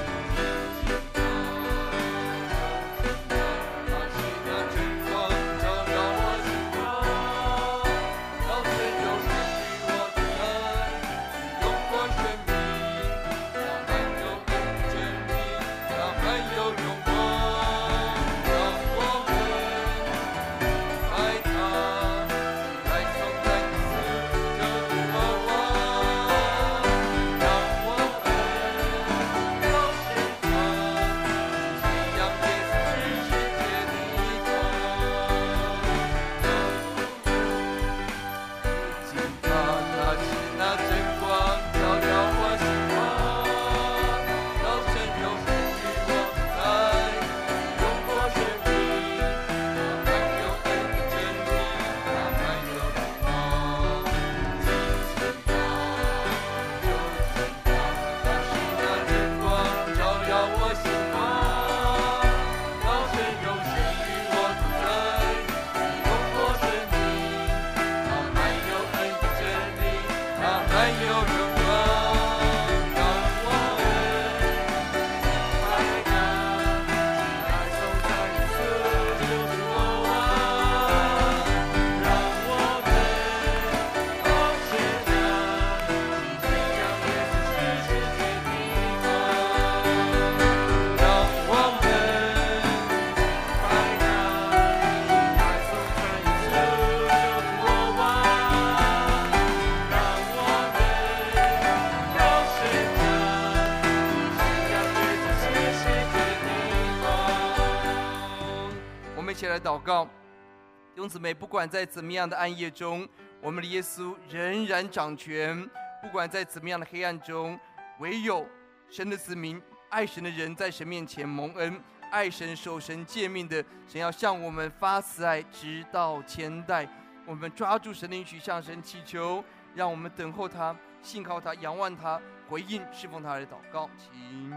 一起来祷告。弟兄姊妹，不管在怎么样的暗夜中，我们的耶稣仍然掌权；不管在怎么样的黑暗中，唯有神的子民、爱神的人在神面前蒙恩，爱神、守神诫命的神要向我们发慈爱，直到千代。我们抓住神的应许，向神祈求，让我们等候他，信靠他，仰望他，回应侍奉他的祷告。请。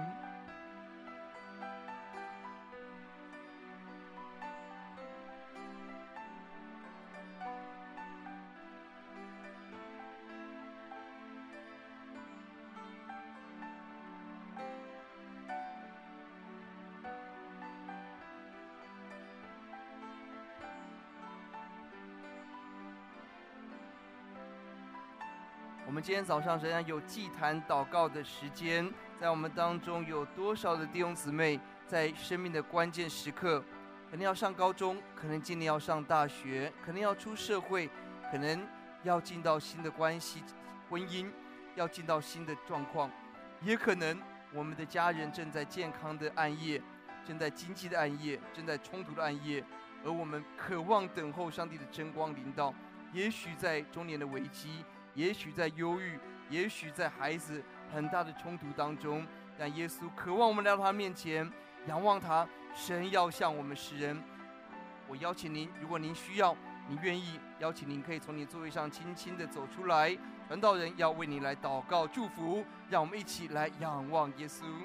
我们今天早上仍然有祭坛祷告的时间，在我们当中有多少的弟兄姊妹在生命的关键时刻，可能要上高中，可能今年要上大学，可能要出社会，可能要进到新的关系婚姻，要进到新的状况，也可能我们的家人正在健康的暗夜，正在经济的暗夜，正在冲突的暗夜，而我们渴望等候上帝的真光临到。也许在中年的危机，也许在忧郁，也许在孩子很大的冲突当中，但耶稣渴望我们来到他面前，仰望他。神要向我们施恩。我邀请您，如果您需要，您愿意，邀请您可以从你座位上轻轻地走出来，传道人要为你来祷告祝福。让我们一起来仰望耶稣。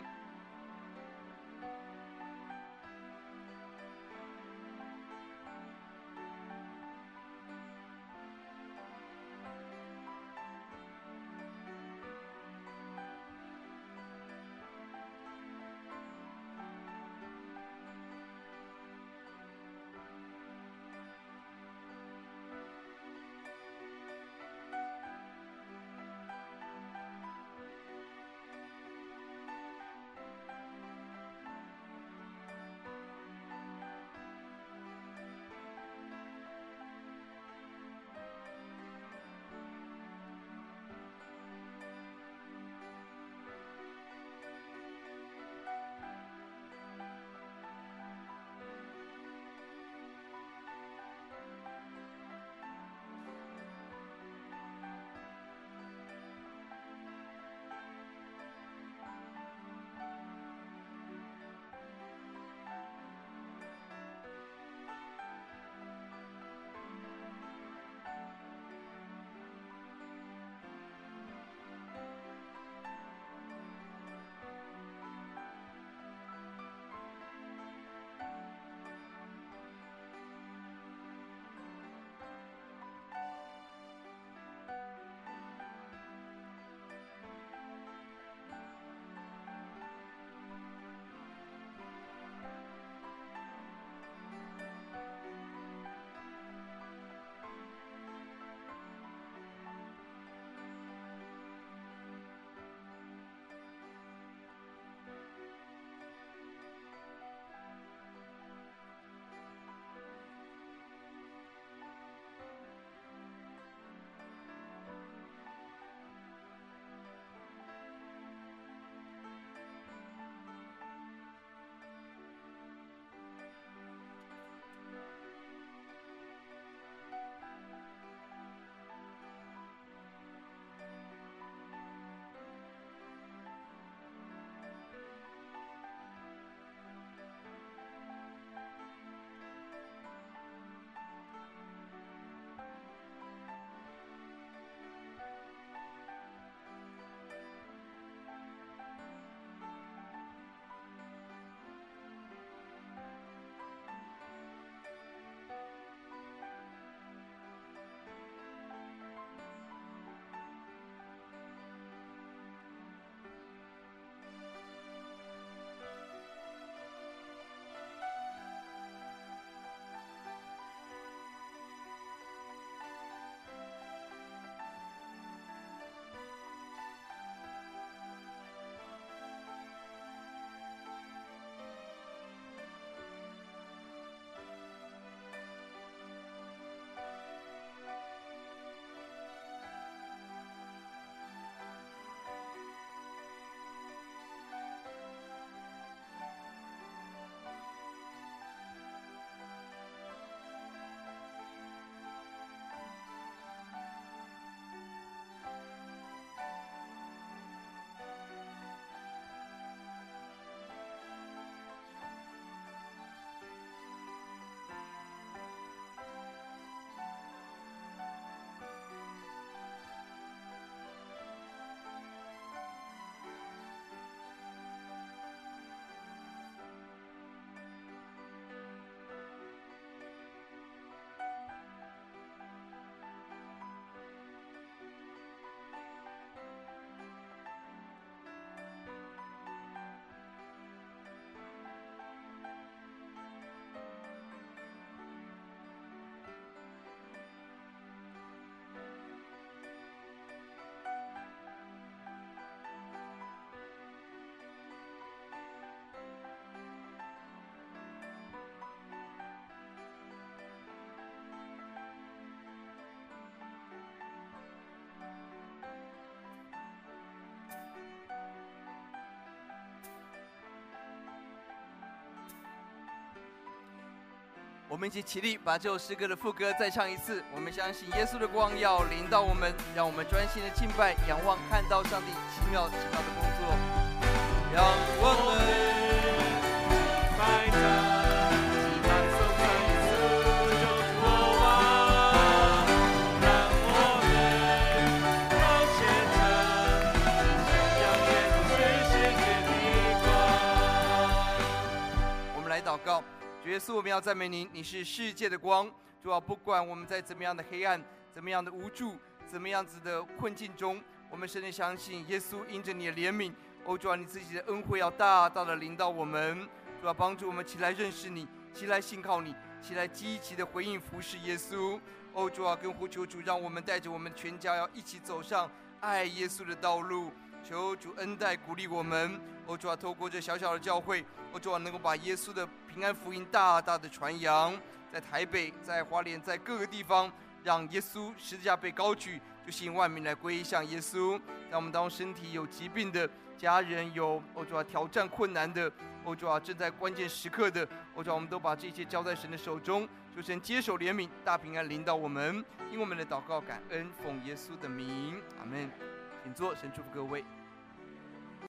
我们一起起立，把这首诗歌的副歌再唱一次。我们相信耶稣的光要临到我们，让我们专心的敬拜、仰望，看到上帝奇妙的工作。让我们敬拜他。祷告，主耶稣，我们要赞美您，你是世界的光。主啊，不管我们在怎么样的黑暗、怎么样的无助、怎么样子的困境中，我们深深相信耶稣因着你的怜悯，主啊，你自己的恩惠要大大的临到我们。主啊，帮助我们起来认识你，起来信靠你，起来积极的回应服侍耶稣。主啊，更呼求主，让我们带着我们全家要一起走上爱耶稣的道路。求主恩待鼓励我们。主啊，透过这小小的教会，主啊，能够把耶稣的平安福音大大的传扬，在台北、在花莲、在各个地方，让耶稣十字架被高举，就吸引万民来归向耶稣。让我们当中身体有疾病的家人，有主啊挑战困难的，主啊正在关键时刻的，主啊我们都把这些交在神的手中，求神接手怜悯，大平安临到我们。因我们的祷告感恩，奉耶稣的名，阿们。请坐，神祝福各位。